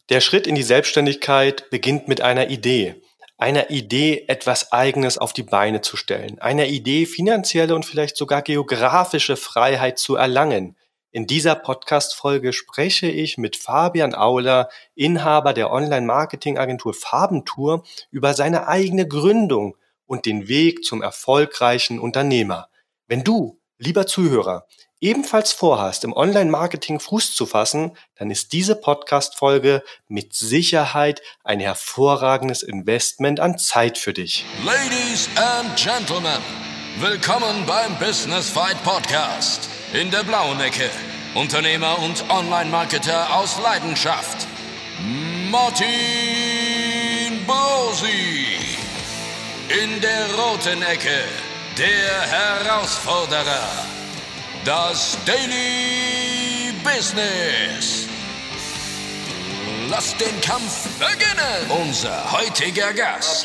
Der Schritt in die Selbstständigkeit beginnt mit einer Idee. Einer Idee, etwas Eigenes auf die Beine zu stellen. Einer Idee, finanzielle und vielleicht sogar geografische Freiheit zu erlangen. In dieser Podcast-Folge spreche ich mit Fabian Auler, Inhaber der Online-Marketing-Agentur Farbentour, über seine eigene Gründung und den Weg zum erfolgreichen Unternehmer. Wenn du, lieber Zuhörer, ebenfalls vorhast, im Online-Marketing Fuß zu fassen, dann ist diese Podcast-Folge mit Sicherheit ein hervorragendes Investment an Zeit für dich. Ladies and Gentlemen, willkommen beim Business Fight Podcast. In der blauen Ecke, Unternehmer und Online-Marketer aus Leidenschaft, Martin Bosi. In der roten Ecke, der Herausforderer, das Daily Business. Lasst den Kampf beginnen. Unser heutiger Gast.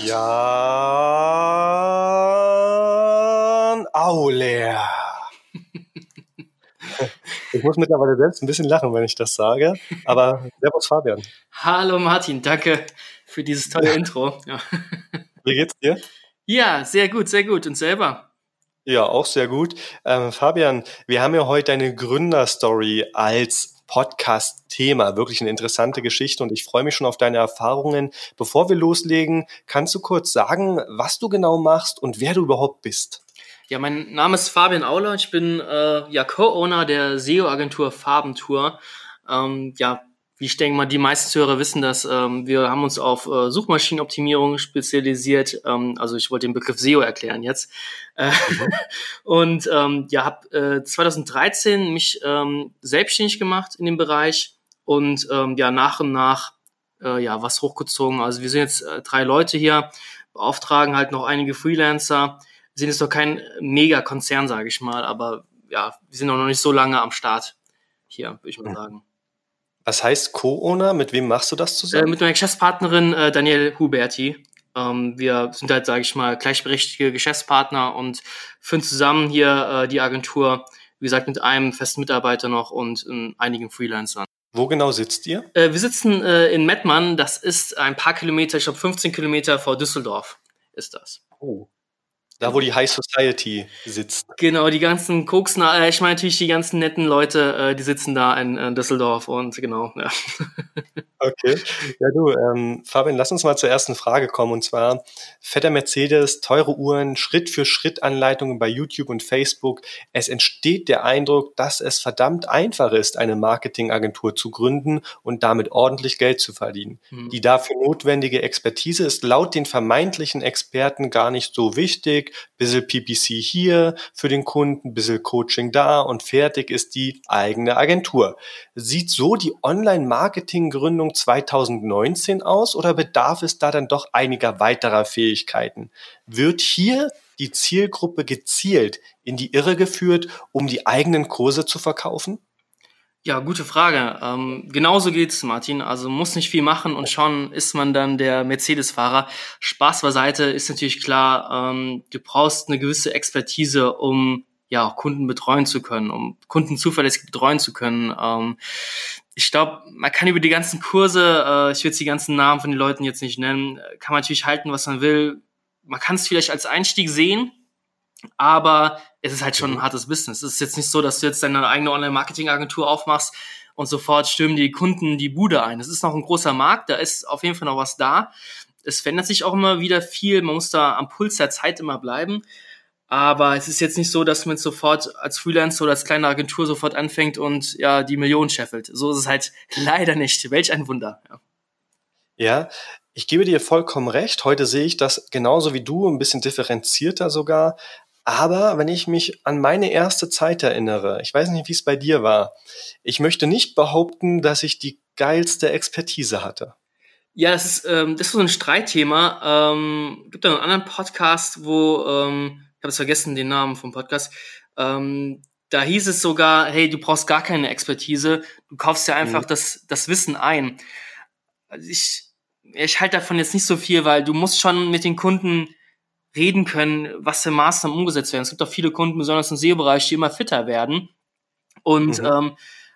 Fabian Auler. Ich muss mittlerweile selbst ein bisschen lachen, wenn ich das sage, aber servus Fabian. Hallo Martin, danke für dieses tolle Intro. Ja. Wie geht's dir? Ja, sehr gut, sehr gut. Und selber? Ja, auch sehr gut. Fabian, wir haben ja heute eine Gründerstory als Podcast-Thema. Wirklich eine interessante Geschichte und ich freue mich schon auf deine Erfahrungen. Bevor wir loslegen, kannst du kurz sagen, was du genau machst und wer du überhaupt bist? Ja, mein Name ist Fabian Auler. Ich bin Co-Owner der SEO-Agentur Farbentour. Wie ich denke mal, die meisten Zuhörer wissen das. Wir haben uns auf Suchmaschinenoptimierung spezialisiert. Also ich wollte den Begriff SEO erklären jetzt. Und habe 2013 mich selbstständig gemacht in dem Bereich und nach und nach was hochgezogen. Also wir sind jetzt 3 Leute hier, beauftragen halt noch einige Freelancer. Wir sind jetzt noch kein Mega-Konzern, sage ich mal, aber ja, wir sind auch noch nicht so lange am Start hier, würde ich mal sagen. Was heißt Co-Owner? Mit wem machst du das zusammen? Mit meiner Geschäftspartnerin Danielle Huberti. Wir sind halt, sage ich mal, gleichberechtigte Geschäftspartner und führen zusammen hier die Agentur, wie gesagt, mit einem festen Mitarbeiter noch und einigen Freelancern. Wo genau sitzt ihr? Wir sitzen in Mettmann, das ist ein paar Kilometer, ich glaube 15 Kilometer vor Düsseldorf ist das. Oh. Da, wo die High Society sitzt. Genau, die ganzen Koksen, ich meine natürlich die ganzen netten Leute, die sitzen da in Düsseldorf und genau, ja. Okay. Ja du, Fabian, lass uns mal zur ersten Frage kommen und zwar fetter Mercedes, teure Uhren, Schritt für Schritt Anleitungen bei YouTube und Facebook. Es entsteht der Eindruck, dass es verdammt einfach ist, eine Marketingagentur zu gründen und damit ordentlich Geld zu verdienen. Die dafür notwendige Expertise ist laut den vermeintlichen Experten gar nicht so wichtig. Bisschen PPC hier für den Kunden, bisschen Coaching da und fertig ist die eigene Agentur. Sieht so die Online-Marketing-Gründung 2019 aus oder bedarf es da dann doch einiger weiterer Fähigkeiten? Wird hier die Zielgruppe gezielt in die Irre geführt, um die eigenen Kurse zu verkaufen? Ja, gute Frage. Genauso geht's, Martin. Also muss nicht viel machen und schon ist man dann der Mercedes-Fahrer. Spaß beiseite, ist natürlich klar, du brauchst eine gewisse Expertise, um ja auch Kunden betreuen zu können, um Kunden zuverlässig betreuen zu können. Ich glaube, man kann über die ganzen Kurse, ich will jetzt die ganzen Namen von den Leuten jetzt nicht nennen, kann man natürlich halten, was man will. Man kann es vielleicht als Einstieg sehen, aber es ist halt schon ein hartes Business. Es ist jetzt nicht so, dass du jetzt deine eigene Online-Marketing-Agentur aufmachst und sofort stürmen die Kunden die Bude ein. Es ist noch ein großer Markt, da ist auf jeden Fall noch was da. Es verändert sich auch immer wieder viel, man muss da am Puls der Zeit immer bleiben. Aber es ist jetzt nicht so, dass man jetzt sofort als Freelancer oder als kleine Agentur sofort anfängt und ja die Millionen scheffelt. So ist es halt leider nicht. Welch ein Wunder. Ja, ich gebe dir vollkommen recht. Heute sehe ich das genauso wie du, ein bisschen differenzierter sogar. Aber wenn ich mich an meine erste Zeit erinnere, ich weiß nicht, wie es bei dir war, ich möchte nicht behaupten, dass ich die geilste Expertise hatte. Ja, das ist so ein Streitthema. Gibt da einen anderen Podcast, wo, ich habe jetzt vergessen den Namen vom Podcast, da hieß es sogar, hey, du brauchst gar keine Expertise, du kaufst ja einfach das Wissen ein. Also ich halte davon jetzt nicht so viel, weil du musst schon mit den Kunden reden können, was für Maßnahmen umgesetzt werden. Es gibt auch viele Kunden, besonders im SEO-Bereich, die immer fitter werden. Und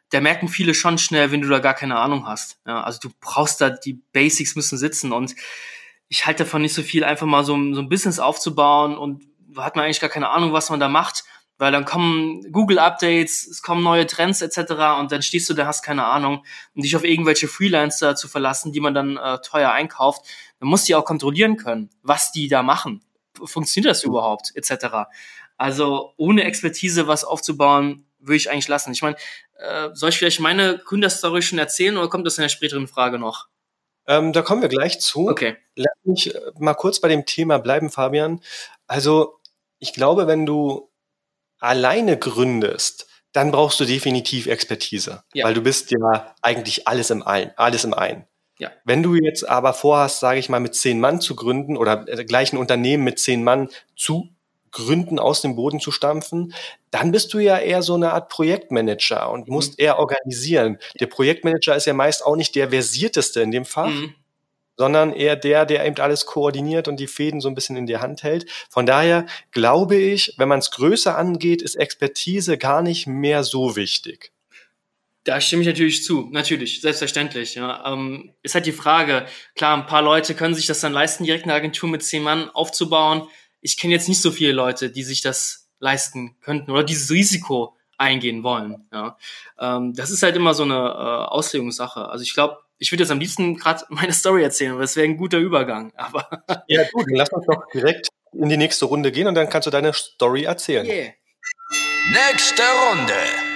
da merken viele schon schnell, wenn du da gar keine Ahnung hast. Ja, also du brauchst da, die Basics müssen sitzen und ich halte davon nicht so viel, einfach mal so ein Business aufzubauen und da hat man eigentlich gar keine Ahnung, was man da macht, weil dann kommen Google-Updates, es kommen neue Trends etc. und dann stehst du da, hast keine Ahnung und dich auf irgendwelche Freelancer zu verlassen, die man dann teuer einkauft, man muss die auch kontrollieren können, was die da machen. Funktioniert das überhaupt etc. Also ohne Expertise was aufzubauen, würde ich eigentlich lassen. Ich meine, soll ich vielleicht meine Gründerstory schon erzählen oder kommt das in der späteren Frage noch? Da kommen wir gleich zu. Okay. Lass mich mal kurz bei dem Thema bleiben, Fabian. Also ich glaube, wenn du alleine gründest, dann brauchst du definitiv Expertise, weil du bist ja eigentlich alles im einen. Ja. Wenn du jetzt aber vorhast, sage ich mal, mit 10 Mann zu gründen oder gleich ein Unternehmen mit 10 Mann zu gründen, aus dem Boden zu stampfen, dann bist du ja eher so eine Art Projektmanager und musst eher organisieren. Der Projektmanager ist ja meist auch nicht der Versierteste in dem Fach, sondern eher der eben alles koordiniert und die Fäden so ein bisschen in der Hand hält. Von daher glaube ich, wenn man es größer angeht, ist Expertise gar nicht mehr so wichtig. Da stimme ich natürlich zu, natürlich, selbstverständlich. Ja. Ist halt die Frage, klar, ein paar Leute können sich das dann leisten, direkt eine Agentur mit 10 Mann aufzubauen. Ich kenne jetzt nicht so viele Leute, die sich das leisten könnten oder dieses Risiko eingehen wollen. Ja. Das ist halt immer so eine Auslegungssache. Also ich glaube, ich würde jetzt am liebsten gerade meine Story erzählen, weil das wäre ein guter Übergang. Aber ja gut, dann lass uns doch direkt in die nächste Runde gehen und dann kannst du deine Story erzählen. Yeah. Nächste Runde.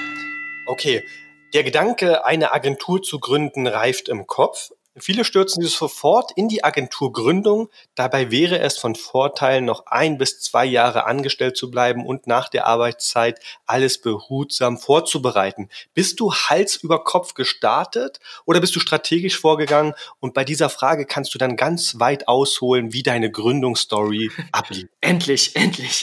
Okay, der Gedanke, eine Agentur zu gründen, reift im Kopf. Viele stürzen sich sofort in die Agenturgründung. Dabei wäre es von Vorteil, noch 1 bis 2 Jahre angestellt zu bleiben und nach der Arbeitszeit alles behutsam vorzubereiten. Bist du Hals über Kopf gestartet oder bist du strategisch vorgegangen? Und bei dieser Frage kannst du dann ganz weit ausholen, wie deine Gründungsstory ablief. Endlich.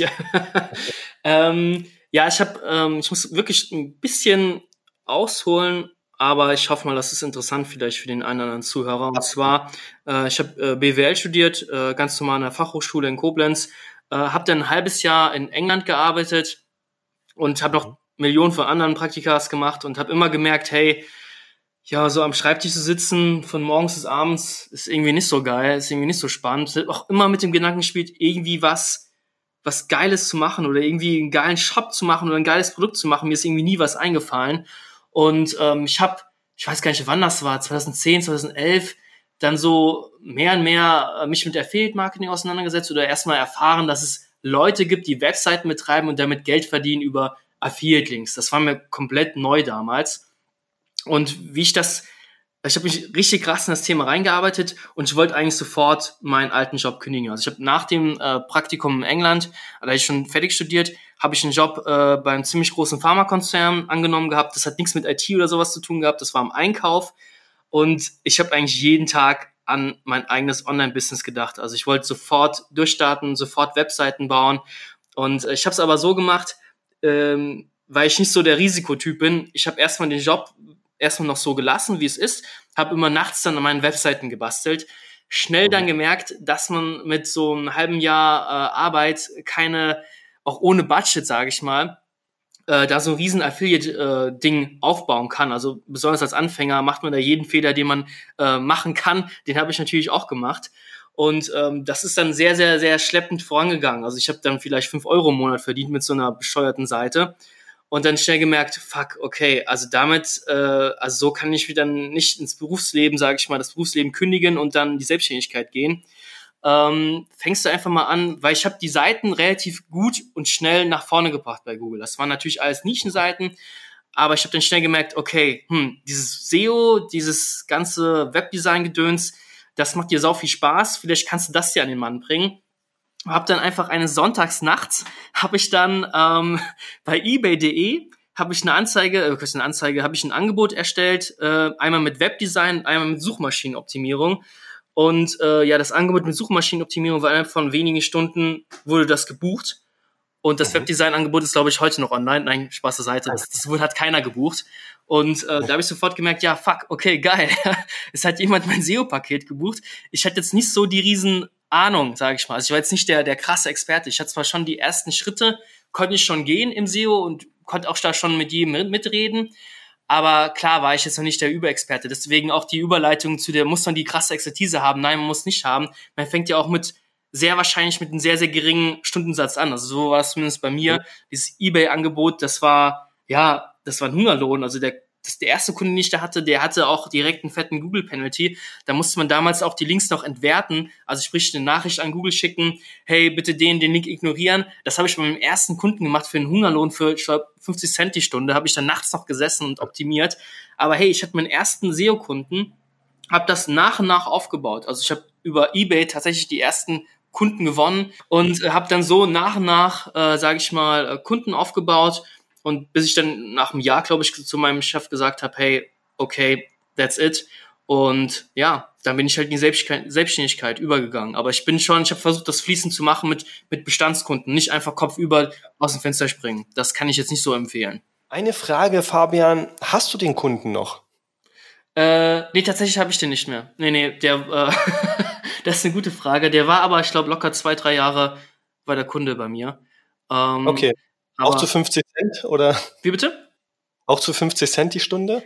Ja, ich muss wirklich ein bisschen ausholen, aber ich hoffe mal, das ist interessant vielleicht für den einen oder anderen Zuhörer. Und zwar, ich habe BWL studiert, ganz normal an der Fachhochschule in Koblenz, habe dann ein halbes Jahr in England gearbeitet und habe noch Millionen von anderen Praktikas gemacht und habe immer gemerkt, hey, ja, so am Schreibtisch zu sitzen, von morgens bis abends, ist irgendwie nicht so geil, ist irgendwie nicht so spannend. Ich habe auch immer mit dem Gedanken gespielt, irgendwie was Geiles zu machen oder irgendwie einen geilen Shop zu machen oder ein geiles Produkt zu machen. Mir ist irgendwie nie was eingefallen. Und ich weiß gar nicht, wann das war, 2010, 2011, dann so mehr und mehr mich mit Affiliate-Marketing auseinandergesetzt oder erstmal erfahren, dass es Leute gibt, die Webseiten betreiben und damit Geld verdienen über Affiliate-Links. Das war mir komplett neu damals. Und ich habe mich richtig krass in das Thema reingearbeitet und ich wollte eigentlich sofort meinen alten Job kündigen. Also ich habe nach dem Praktikum in England, da ich schon fertig studiert, habe ich einen Job bei einem ziemlich großen Pharmakonzern angenommen gehabt. Das hat nichts mit IT oder sowas zu tun gehabt, das war im Einkauf. Und ich habe eigentlich jeden Tag an mein eigenes Online-Business gedacht. Also ich wollte sofort durchstarten, sofort Webseiten bauen. Und ich habe es aber so gemacht, weil ich nicht so der Risikotyp bin. Ich habe erstmal den Job noch so gelassen, wie es ist, habe immer nachts dann an meinen Webseiten gebastelt. Schnell dann gemerkt, dass man mit so einem halben Jahr Arbeit auch ohne Budget, sage ich mal, da so ein riesen Affiliate-Ding aufbauen kann. Also besonders als Anfänger macht man da jeden Fehler, den man machen kann. Den habe ich natürlich auch gemacht. Und das ist dann sehr, sehr, sehr schleppend vorangegangen. Also ich habe dann vielleicht 5 Euro im Monat verdient mit so einer bescheuerten Seite. Und dann schnell gemerkt, fuck, okay, also damit, so kann ich wieder nicht ins Berufsleben, sage ich mal, das Berufsleben kündigen und dann die Selbstständigkeit gehen. Fängst du einfach mal an, weil ich habe die Seiten relativ gut und schnell nach vorne gebracht bei Google. Das waren natürlich alles Nischenseiten, aber ich habe dann schnell gemerkt, okay, dieses SEO, dieses ganze Webdesign-Gedöns, das macht dir sau viel Spaß, vielleicht kannst du das ja an den Mann bringen. Habe dann einfach eines Sonntags nachts, habe ich dann bei eBay.de habe ich ein Angebot erstellt, einmal mit Webdesign, einmal mit Suchmaschinenoptimierung. Und das Angebot mit Suchmaschinenoptimierung war innerhalb von wenigen Stunden wurde das gebucht. Und das Webdesign-Angebot ist, glaube ich, heute noch online. Nein, Spaß zur Seite. Das hat keiner gebucht. Und da habe ich sofort gemerkt, ja, fuck, okay, geil. Es hat jemand mein SEO-Paket gebucht. Ich hatte jetzt nicht so die riesen Ahnung, sage ich mal. Also ich war jetzt nicht der krasse Experte. Ich hatte zwar schon die ersten Schritte, konnte ich schon gehen im SEO und konnte auch da schon mit jedem mitreden. Aber klar war ich jetzt noch nicht der Überexperte. Deswegen auch die Überleitung zu der, muss man die krasse Expertise haben? Nein, man muss nicht haben. Man fängt ja auch sehr wahrscheinlich mit einem sehr, sehr geringen Stundensatz an. Also so war es zumindest bei mir. Dieses eBay-Angebot, das war ein Hungerlohn. Also der erste Kunde, den ich da hatte, der hatte auch direkt einen fetten Google-Penalty. Da musste man damals auch die Links noch entwerten. Also sprich, eine Nachricht an Google schicken, hey, bitte den Link ignorieren. Das habe ich bei meinem ersten Kunden gemacht für einen Hungerlohn für, ich glaube, 50 Cent die Stunde. Habe ich dann nachts noch gesessen und optimiert. Aber hey, ich hatte meinen ersten SEO-Kunden, habe das nach und nach aufgebaut. Also ich habe über eBay tatsächlich die ersten Kunden gewonnen und habe dann so nach und nach, Kunden aufgebaut. Und bis ich dann nach einem Jahr, glaube ich, zu meinem Chef gesagt habe, hey, okay, that's it. Und ja, dann bin ich halt in die Selbstständigkeit übergegangen. Aber ich habe versucht, das fließend zu machen mit Bestandskunden, nicht einfach kopfüber aus dem Fenster springen. Das kann ich jetzt nicht so empfehlen. Eine Frage, Fabian, hast du den Kunden noch? Nee, tatsächlich habe ich den nicht mehr. Das ist eine gute Frage. Der war aber, ich glaube, locker 2-3 Jahre war der Kunde bei mir. Okay. Auch zu 50 Cent, oder? Wie bitte? Auch zu 50 Cent die Stunde?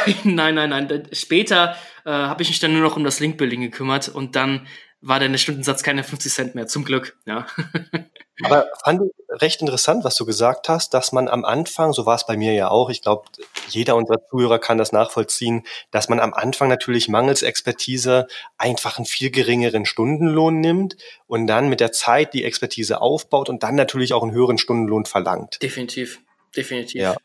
Nein. Später habe ich mich dann nur noch um das Linkbuilding gekümmert und dann war dann der Stundensatz keine 50 Cent mehr, zum Glück, ja. Aber fand ich recht interessant, was du gesagt hast, dass man am Anfang, so war es bei mir ja auch, ich glaube, jeder unserer Zuhörer kann das nachvollziehen, dass man am Anfang natürlich mangels Expertise einfach einen viel geringeren Stundenlohn nimmt und dann mit der Zeit die Expertise aufbaut und dann natürlich auch einen höheren Stundenlohn verlangt. Definitiv. Ja.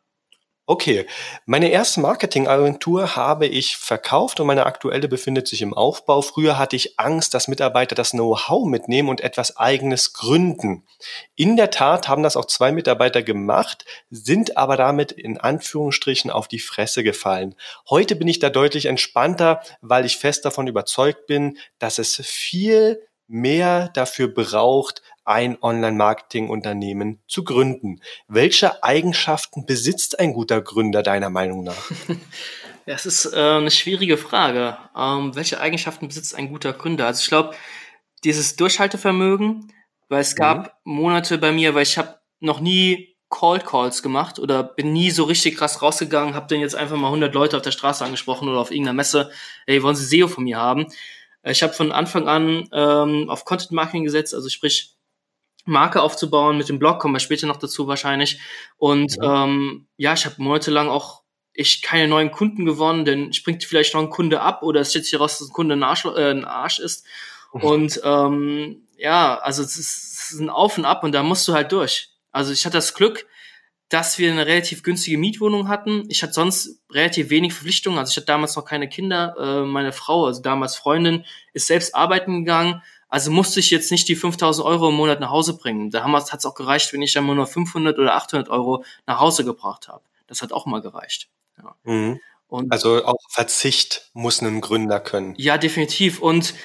Okay, meine erste Marketingagentur habe ich verkauft und meine aktuelle befindet sich im Aufbau. Früher hatte ich Angst, dass Mitarbeiter das Know-how mitnehmen und etwas Eigenes gründen. In der Tat haben das auch 2 Mitarbeiter gemacht, sind aber damit in Anführungsstrichen auf die Fresse gefallen. Heute bin ich da deutlich entspannter, weil ich fest davon überzeugt bin, dass es viel mehr dafür braucht, ein Online-Marketing-Unternehmen zu gründen. Welche Eigenschaften besitzt ein guter Gründer deiner Meinung nach? Das ist eine schwierige Frage. Welche Eigenschaften besitzt ein guter Gründer? Also ich glaube, dieses Durchhaltevermögen, weil es gab Monate bei mir, weil ich habe noch nie Cold Calls gemacht oder bin nie so richtig krass rausgegangen, habe dann jetzt einfach mal 100 Leute auf der Straße angesprochen oder auf irgendeiner Messe, hey, wollen Sie SEO von mir haben? Ich habe von Anfang an auf Content Marketing gesetzt, also sprich Marke aufzubauen mit dem Blog, kommen wir später noch dazu wahrscheinlich. Und ich habe monatelang auch keine neuen Kunden gewonnen, denn springt vielleicht noch ein Kunde ab oder es steht hier raus, dass ein Kunde ein Arsch ist. Und also es ist ein Auf und Ab und da musst du halt durch. Also ich hatte das Glück, dass wir eine relativ günstige Mietwohnung hatten. Ich hatte sonst relativ wenig Verpflichtungen. Also ich hatte damals noch keine Kinder. Meine Frau, also damals Freundin, ist selbst arbeiten gegangen. Also musste ich jetzt nicht die 5.000 Euro im Monat nach Hause bringen. Da hat es auch gereicht, wenn ich dann nur 500 oder 800 Euro nach Hause gebracht habe. Das hat auch mal gereicht. Ja. Und also auch Verzicht muss ein Gründer können. Ja, definitiv. Und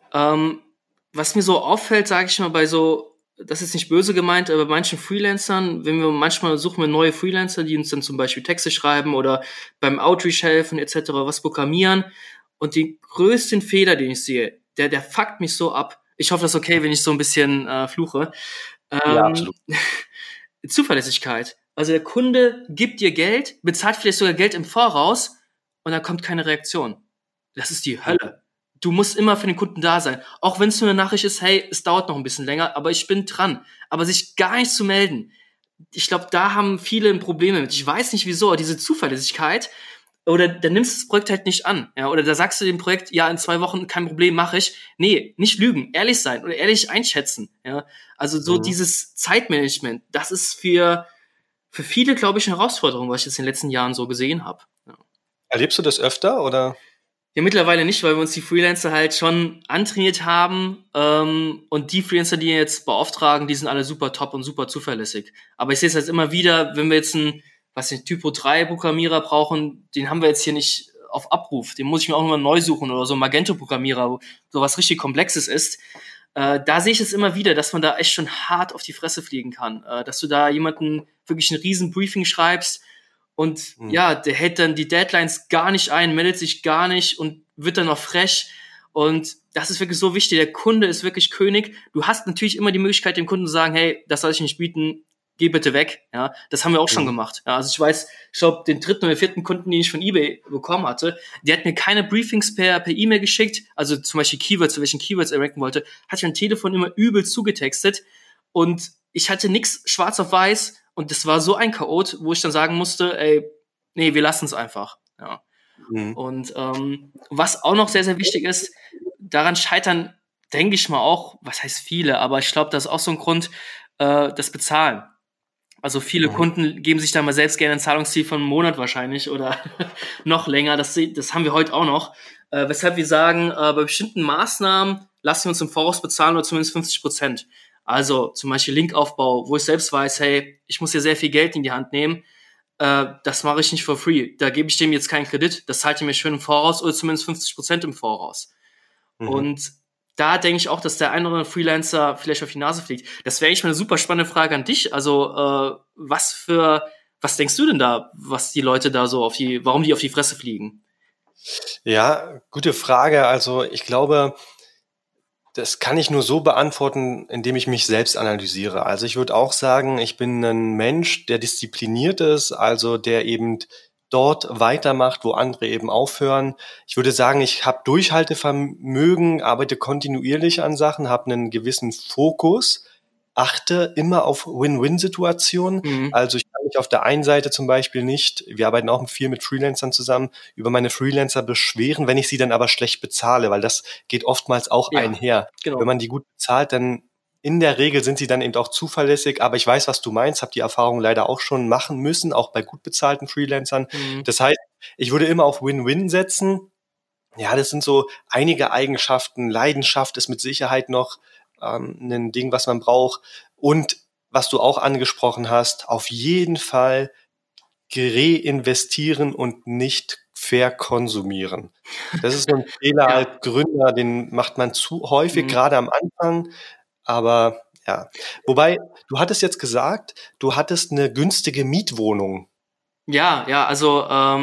was mir so auffällt, sage ich mal, das ist nicht böse gemeint, aber bei manchen Freelancern, manchmal suchen wir neue Freelancer, die uns dann zum Beispiel Texte schreiben oder beim Outreach helfen etc., was programmieren. Und den größten Fehler, den ich sehe, der fuckt mich so ab. Ich hoffe, das ist okay, wenn ich so ein bisschen fluche. Ja, absolut. Zuverlässigkeit. Also der Kunde gibt dir Geld, bezahlt vielleicht sogar Geld im Voraus und dann kommt keine Reaktion. Das ist die Hölle. Du musst immer für den Kunden da sein. Auch wenn es nur eine Nachricht ist, hey, es dauert noch ein bisschen länger, aber ich bin dran. Aber sich gar nicht zu melden, ich glaube, da haben viele ein Problem mit. Ich weiß nicht wieso, aber diese Zuverlässigkeit, oder da nimmst du das Projekt halt nicht an. Ja, oder da sagst du dem Projekt, ja, in 2 Wochen kein Problem, mache ich. Nee, nicht lügen, ehrlich sein oder ehrlich einschätzen. Ja, also so dieses Zeitmanagement, das ist für viele, glaube ich, eine Herausforderung, was ich jetzt in den letzten Jahren so gesehen habe. Ja. Erlebst du das öfter, oder? Ja, mittlerweile nicht, weil wir uns die Freelancer halt schon antrainiert haben. Und die Freelancer, die jetzt beauftragen, die sind alle super top und super zuverlässig. Aber ich sehe es jetzt immer wieder, wenn wir jetzt einen Typo 3 Programmierer brauchen, den haben wir jetzt hier nicht auf Abruf. Den muss ich mir auch nochmal neu suchen oder so ein Magento Programmierer, wo sowas richtig Komplexes ist. Da sehe ich es immer wieder, dass man da echt schon hart auf die Fresse fliegen kann. Dass du da jemanden wirklich ein riesen Briefing schreibst und der hält dann die Deadlines gar nicht ein, meldet sich gar nicht und wird dann noch frech. Und das ist wirklich so wichtig. Der Kunde ist wirklich König. Du hast natürlich immer die Möglichkeit, dem Kunden zu sagen, hey, das soll ich nicht bieten, geh bitte weg. Ja, das haben wir auch schon gemacht. Ja, also ich glaube, den dritten oder vierten Kunden, den ich von eBay bekommen hatte, der hat mir keine Briefings per E-Mail geschickt, also zum Beispiel Keywords, zu welchen Keywords er ranken wollte, hat mir am Telefon immer übel zugetextet und ich hatte nix schwarz auf weiß und das war so ein Chaot, wo ich dann sagen musste, ey, nee, wir lassen es einfach. Ja. Und was auch noch sehr, sehr wichtig ist, daran scheitern, denke ich mal auch, was heißt viele, aber ich glaube, das ist auch so ein Grund, das Bezahlen. Also viele Kunden geben sich da mal selbst gerne ein Zahlungsziel von einem Monat wahrscheinlich oder noch länger. Das haben wir heute auch noch. Weshalb wir sagen, bei bestimmten Maßnahmen lassen wir uns im Voraus bezahlen oder zumindest 50%. Also zum Beispiel Linkaufbau, wo ich selbst weiß, hey, ich muss hier sehr viel Geld in die Hand nehmen. Das mache ich nicht for free. Da gebe ich dem jetzt keinen Kredit. Das zahlt ihr mir schön im Voraus oder zumindest 50% im Voraus. Und da denke ich auch, dass der ein oder andere Freelancer vielleicht auf die Nase fliegt. Das wäre eigentlich mal eine super spannende Frage an dich. Also, was denkst du denn da, was die Leute da so warum die auf die Fresse fliegen? Ja, gute Frage. Also ich glaube, das kann ich nur so beantworten, indem ich mich selbst analysiere. Also ich würde auch sagen, ich bin ein Mensch, der diszipliniert ist, also der eben dort weitermacht, wo andere eben aufhören. Ich würde sagen, ich habe Durchhaltevermögen, arbeite kontinuierlich an Sachen, habe einen gewissen Fokus, achte immer auf Win-Win-Situationen. Also ich kann mich auf der einen Seite zum Beispiel nicht, wir arbeiten auch viel mit Freelancern zusammen, über meine Freelancer beschweren, wenn ich sie dann aber schlecht bezahle, weil das geht oftmals auch einher. Genau. Wenn man die gut bezahlt, dann in der Regel sind sie dann eben auch zuverlässig, aber ich weiß, was du meinst, habe die Erfahrung leider auch schon machen müssen, auch bei gut bezahlten Freelancern. Das heißt, ich würde immer auf Win-Win setzen. Ja, das sind so einige Eigenschaften. Leidenschaft ist mit Sicherheit noch ein Ding, was man braucht. Und was du auch angesprochen hast, auf jeden Fall reinvestieren und nicht verkonsumieren. Das ist so ein Fehler als Gründer, den macht man zu häufig, gerade am Anfang. Aber ja, wobei, du hattest jetzt gesagt, du hattest eine günstige Mietwohnung. Ja, also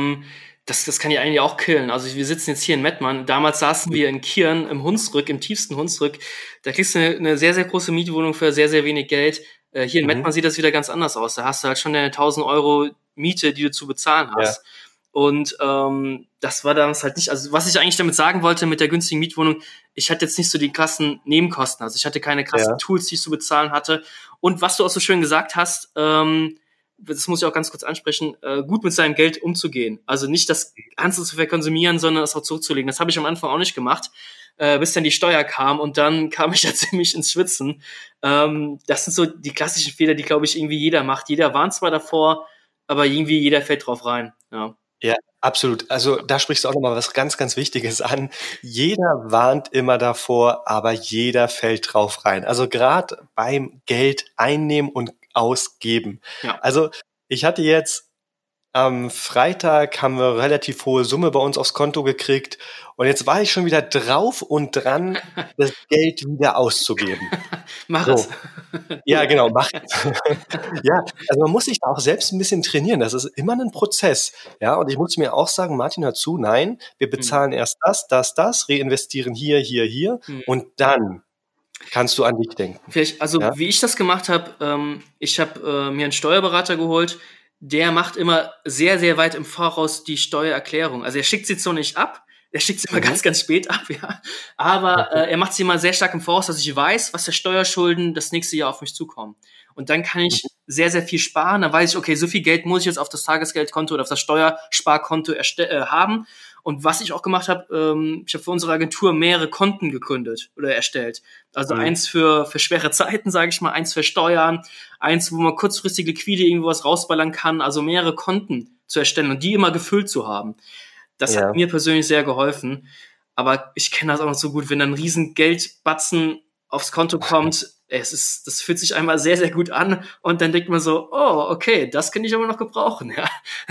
das kann ja eigentlich auch killen. Also wir sitzen jetzt hier in Mettmann. Damals saßen wir in Kirn im Hunsrück, im tiefsten Hunsrück. Da kriegst du eine sehr, sehr große Mietwohnung für sehr, sehr wenig Geld. Hier in Mettmann sieht das wieder ganz anders aus. Da hast du halt schon deine 1.000 Euro Miete, die du zu bezahlen hast. Ja. Und das war damals halt nicht, also was ich eigentlich damit sagen wollte mit der günstigen Mietwohnung, ich hatte jetzt nicht so die krassen Nebenkosten, also ich hatte keine krassen Tools, die ich zu bezahlen hatte. Und was du auch so schön gesagt hast, das muss ich auch ganz kurz ansprechen, gut mit seinem Geld umzugehen. Also nicht das Ganze zu verkonsumieren, sondern es auch zurückzulegen. Das habe ich am Anfang auch nicht gemacht, bis dann die Steuer kam und dann kam ich ja ziemlich ins Schwitzen. Das sind so die klassischen Fehler, die, glaube ich, irgendwie jeder macht. Jeder warnt zwar davor, aber irgendwie jeder fällt drauf rein. Ja, absolut. Also da sprichst du auch nochmal was ganz, ganz Wichtiges an. Jeder warnt immer davor, aber jeder fällt drauf rein. Also gerade beim Geld einnehmen und ausgeben. Ja. Also ich hatte jetzt am Freitag haben wir relativ hohe Summe bei uns aufs Konto gekriegt und jetzt war ich schon wieder drauf und dran, das Geld wieder auszugeben. Mach es. Ja, genau, mach es. Ja, also man muss sich da auch selbst ein bisschen trainieren. Das ist immer ein Prozess. Ja, und ich muss mir auch sagen, Martin, hör zu, nein, wir bezahlen erst das, reinvestieren hier und dann kannst du an dich denken. Vielleicht, also wie ich das gemacht habe, ich habe mir einen Steuerberater geholt, der macht immer sehr, sehr weit im Voraus die Steuererklärung. Also er schickt sie so nicht ab, er schickt sie immer ganz, ganz spät ab, ja. Aber er macht sie immer sehr stark im Voraus, dass ich weiß, was für Steuerschulden das nächste Jahr auf mich zukommen. Und dann kann ich sehr, sehr viel sparen. Dann weiß ich, okay, so viel Geld muss ich jetzt auf das Tagesgeldkonto oder auf das Steuersparkonto haben. Und was ich auch gemacht habe, ich habe für unsere Agentur mehrere Konten gegründet oder erstellt. Also eins für schwere Zeiten, sage ich mal, eins für Steuern, eins, wo man kurzfristig liquide irgendwo was rausballern kann. Also mehrere Konten zu erstellen und die immer gefüllt zu haben. Das hat mir persönlich sehr geholfen. Aber ich kenne das auch noch so gut, wenn dann ein riesen Geldbatzen aufs Konto kommt, das fühlt sich einmal sehr, sehr gut an und dann denkt man so, oh, okay, das kann ich aber noch gebrauchen. Ja.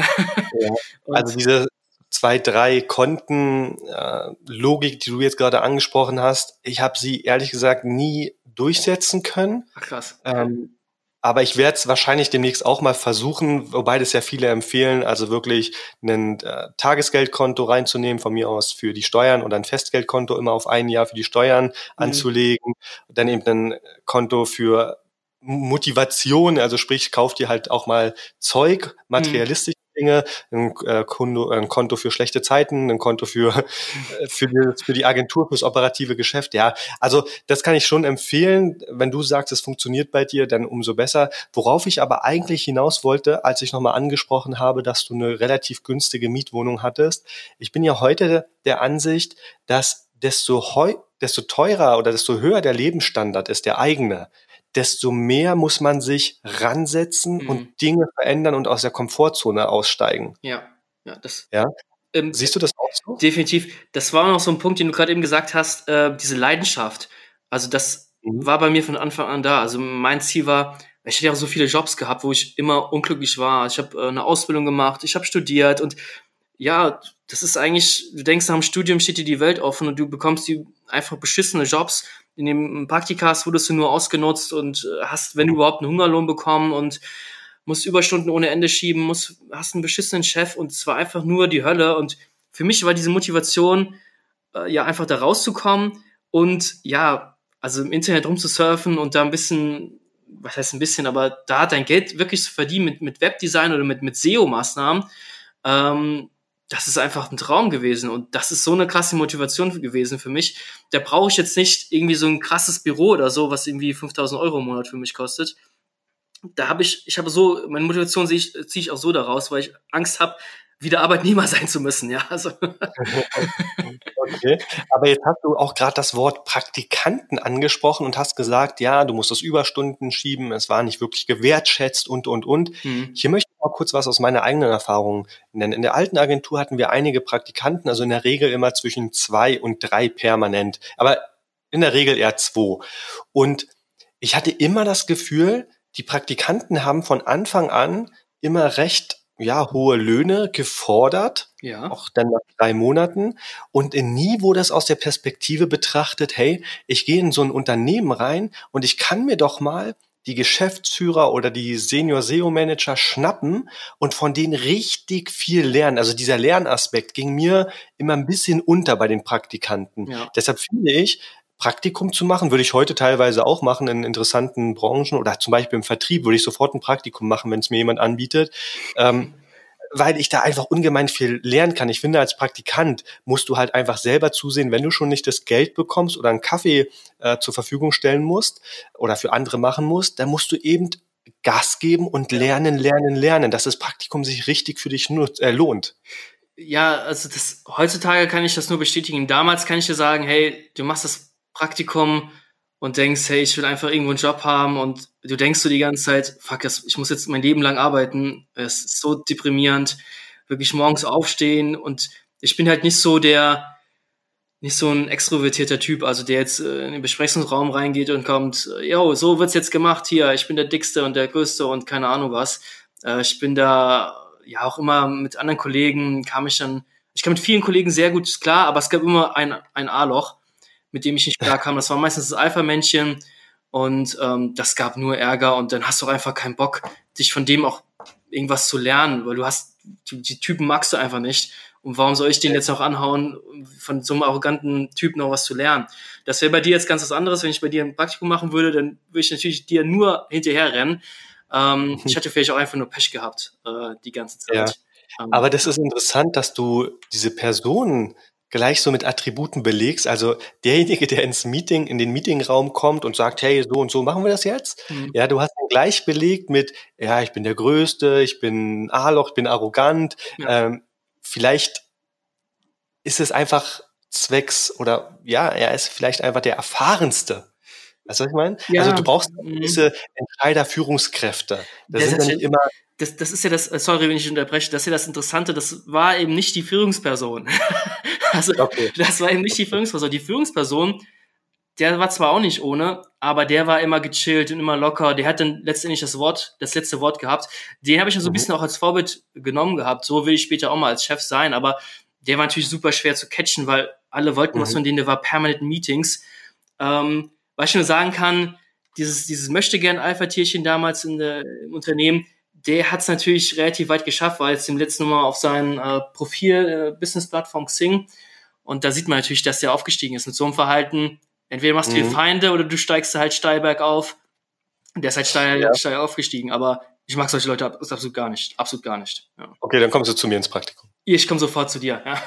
Also diese 2, 3 Konten Logik, die du jetzt gerade angesprochen hast, ich habe sie ehrlich gesagt nie durchsetzen können. Ach, krass. Aber ich werde es wahrscheinlich demnächst auch mal versuchen, wobei das ja viele empfehlen, also wirklich ein Tagesgeldkonto reinzunehmen, von mir aus für die Steuern oder ein Festgeldkonto immer auf ein Jahr für die Steuern anzulegen, dann eben ein Konto für Motivation, also sprich, kauf dir halt auch mal Zeug, materialistische Dinge, ein Konto für schlechte Zeiten, ein Konto für die Agentur, fürs operative Geschäft. Ja, also das kann ich schon empfehlen. Wenn du sagst, es funktioniert bei dir, dann umso besser. Worauf ich aber eigentlich hinaus wollte, als ich nochmal angesprochen habe, dass du eine relativ günstige Mietwohnung hattest. Ich bin ja heute der Ansicht, dass desto teurer oder desto höher der Lebensstandard ist, der eigene, desto mehr muss man sich ransetzen und Dinge verändern und aus der Komfortzone aussteigen. Ja, das Ja? Siehst du das auch so? definitiv. Das war noch so ein Punkt, den du gerade eben gesagt hast, diese Leidenschaft. Also das war bei mir von Anfang an da. Also mein Ziel war, ich hatte ja auch so viele Jobs gehabt, wo ich immer unglücklich war. Ich habe eine Ausbildung gemacht, ich habe studiert und ja, das ist eigentlich, du denkst, nach dem Studium steht dir die Welt offen und du bekommst die einfach beschissene Jobs. In dem Praktikas wurdest du nur ausgenutzt und hast, wenn du überhaupt, einen Hungerlohn bekommen und musst Überstunden ohne Ende schieben, hast einen beschissenen Chef und es war einfach nur die Hölle. Und für mich war diese Motivation, einfach da rauszukommen und ja, also im Internet rumzusurfen und da ein bisschen, was heißt ein bisschen, aber da dein Geld wirklich zu verdienen mit Webdesign oder mit SEO-Maßnahmen, das ist einfach ein Traum gewesen und das ist so eine krasse Motivation gewesen für mich. Da brauche ich jetzt nicht irgendwie so ein krasses Büro oder so, was irgendwie 5.000 Euro im Monat für mich kostet. Da habe meine Motivation ziehe ich auch so daraus, weil ich Angst habe, wieder Arbeitnehmer sein zu müssen, ja. Also. Okay, aber jetzt hast du auch gerade das Wort Praktikanten angesprochen und hast gesagt, ja, du musstest Überstunden schieben, es war nicht wirklich gewertschätzt und. Hier möchte ich mal kurz was aus meiner eigenen Erfahrung nennen. In der alten Agentur hatten wir einige Praktikanten, also in der Regel immer zwischen 2 und 3 permanent, aber in der Regel eher 2. Und ich hatte immer das Gefühl, die Praktikanten haben von Anfang an immer recht hohe Löhne gefordert, auch dann nach 3 Monaten. Und nie wurde es aus der Perspektive betrachtet, hey, ich gehe in so ein Unternehmen rein und ich kann mir doch mal die Geschäftsführer oder die Senior-SEO-Manager schnappen und von denen richtig viel lernen. Also dieser Lernaspekt ging mir immer ein bisschen unter bei den Praktikanten. Ja. Deshalb finde ich, Praktikum zu machen, würde ich heute teilweise auch machen in interessanten Branchen oder zum Beispiel im Vertrieb würde ich sofort ein Praktikum machen, wenn es mir jemand anbietet, weil ich da einfach ungemein viel lernen kann. Ich finde, als Praktikant musst du halt einfach selber zusehen, wenn du schon nicht das Geld bekommst oder einen Kaffee zur Verfügung stellen musst oder für andere machen musst, dann musst du eben Gas geben und lernen, dass das Praktikum sich richtig für dich lohnt. Ja, also heutzutage kann ich das nur bestätigen. Damals kann ich dir sagen, hey, du machst das Praktikum und denkst, hey, ich will einfach irgendwo einen Job haben und du denkst so die ganze Zeit, fuck, ich muss jetzt mein Leben lang arbeiten, es ist so deprimierend, wirklich morgens aufstehen und ich bin halt nicht so ein extrovertierter Typ, also der jetzt in den Besprechungsraum reingeht und kommt, yo, so wird's jetzt gemacht hier, ich bin der Dickste und der Größte und keine Ahnung was. Ich bin da ja auch immer mit anderen Kollegen, ich kam mit vielen Kollegen sehr gut klar, aber es gab immer ein A-Loch, mit dem ich nicht klar kam. Das war meistens das Alpha-Männchen und das gab nur Ärger und dann hast du auch einfach keinen Bock, dich von dem auch irgendwas zu lernen, weil die Typen magst du einfach nicht. Und warum soll ich den jetzt noch anhauen, von so einem arroganten Typ noch was zu lernen? Das wäre bei dir jetzt ganz was anderes. Wenn ich bei dir ein Praktikum machen würde, dann würde ich natürlich dir nur hinterher rennen. Ich hatte vielleicht auch einfach nur Pech gehabt, die ganze Zeit. Ja. Aber das ist interessant, dass du diese Personen gleich so mit Attributen belegst. Also derjenige, der in den Meetingraum kommt und sagt, hey, so und so machen wir das jetzt. Ja, du hast ihn gleich belegt mit, ja, ich bin der Größte, ich bin A-Loch, ich bin arrogant. Ja. Vielleicht ist es einfach er ist vielleicht einfach der Erfahrenste. Weißt du, was ich meine? Ja. Also du brauchst gewisse Entscheider-Führungskräfte. Das ist ja nicht immer... Das ist ja sorry, wenn ich unterbreche, das ist ja das Interessante, das war eben nicht die Führungsperson. Also, Das war eben nicht die Führungsperson. Die Führungsperson, der war zwar auch nicht ohne, aber der war immer gechillt und immer locker. Der hat dann letztendlich das letzte Wort gehabt. Den habe ich ja so ein bisschen auch als Vorbild genommen gehabt. So will ich später auch mal als Chef sein, aber der war natürlich super schwer zu catchen, weil alle wollten was von denen, der war permanent in Meetings. Was ich nur sagen kann, dieses Möchtegern-Alpha-Tierchen damals im Unternehmen, der hat es natürlich relativ weit geschafft, war jetzt im letzten Mal auf seinem Profil Business-Plattform Xing und da sieht man natürlich, dass der aufgestiegen ist mit so einem Verhalten. Entweder machst du dir Feinde oder du steigst halt steil bergauf. Der ist halt steil aufgestiegen, aber ich mag solche Leute absolut gar nicht. Absolut gar nicht. Ja. Okay, dann kommst du zu mir ins Praktikum. Ich komme sofort zu dir, ja.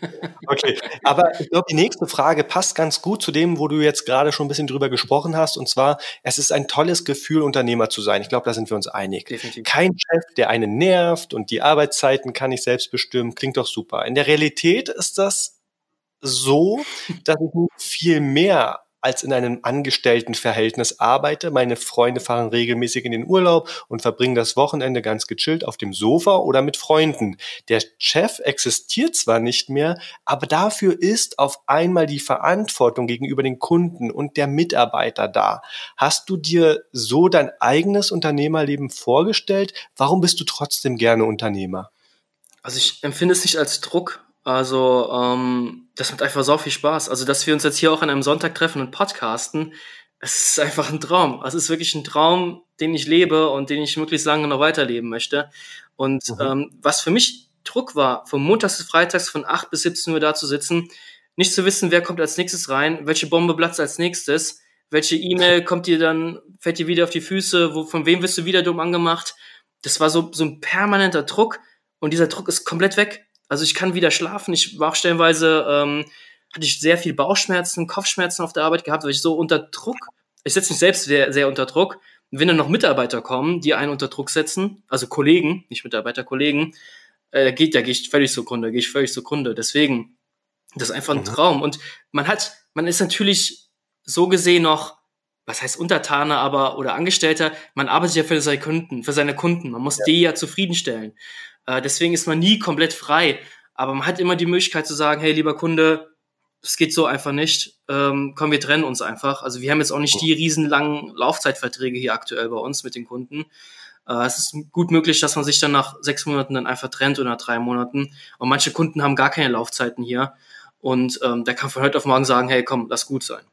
Okay, aber ich glaube, die nächste Frage passt ganz gut zu dem, wo du jetzt gerade schon ein bisschen drüber gesprochen hast. Und zwar, es ist ein tolles Gefühl, Unternehmer zu sein. Ich glaube, da sind wir uns einig. Definitiv. Kein Chef, der einen nervt und die Arbeitszeiten kann ich selbst bestimmen. Klingt doch super. In der Realität ist das so, dass ich viel mehr als in einem Angestelltenverhältnis arbeite. Meine Freunde fahren regelmäßig in den Urlaub und verbringen das Wochenende ganz gechillt auf dem Sofa oder mit Freunden. Der Chef existiert zwar nicht mehr, aber dafür ist auf einmal die Verantwortung gegenüber den Kunden und der Mitarbeiter da. Hast du dir so dein eigenes Unternehmerleben vorgestellt? Warum bist du trotzdem gerne Unternehmer? Also ich empfinde es nicht als Druck. Also das macht einfach so viel Spaß. Also dass wir uns jetzt hier auch an einem Sonntag treffen und podcasten, es ist einfach ein Traum. Also es ist wirklich ein Traum, den ich lebe und den ich möglichst lange noch weiterleben möchte. Und was für mich Druck war, von Montags bis Freitags von 8 bis 17 Uhr da zu sitzen, nicht zu wissen, wer kommt als nächstes rein, welche Bombe platzt als nächstes, welche E-Mail fällt dir wieder auf die Füße, von wem wirst du wieder dumm angemacht. Das war so ein permanenter Druck und dieser Druck ist komplett weg. Also ich kann wieder schlafen. Ich war auch stellenweise, hatte ich sehr viel Bauchschmerzen, Kopfschmerzen auf der Arbeit gehabt, weil ich so unter Druck, ich setze mich selbst sehr, sehr unter Druck. Und wenn dann noch Mitarbeiter kommen, die einen unter Druck setzen, also Kollegen, nicht Mitarbeiter, Kollegen, gehe ich völlig zugrunde. Deswegen, das ist einfach ein Traum. Und man ist natürlich so gesehen noch, was heißt Untertaner, oder Angestellter, man arbeitet ja für seine Kunden. Man muss die ja zufriedenstellen. Deswegen ist man nie komplett frei. Aber man hat immer die Möglichkeit zu sagen, hey, lieber Kunde, das geht so einfach nicht. Komm, wir trennen uns einfach. Also wir haben jetzt auch nicht die riesenlangen Laufzeitverträge hier aktuell bei uns mit den Kunden. Es ist gut möglich, dass man sich dann nach 6 Monaten dann einfach trennt oder nach 3 Monaten. Und manche Kunden haben gar keine Laufzeiten hier. Und der kann von heute auf morgen sagen, hey, komm, lass gut sein.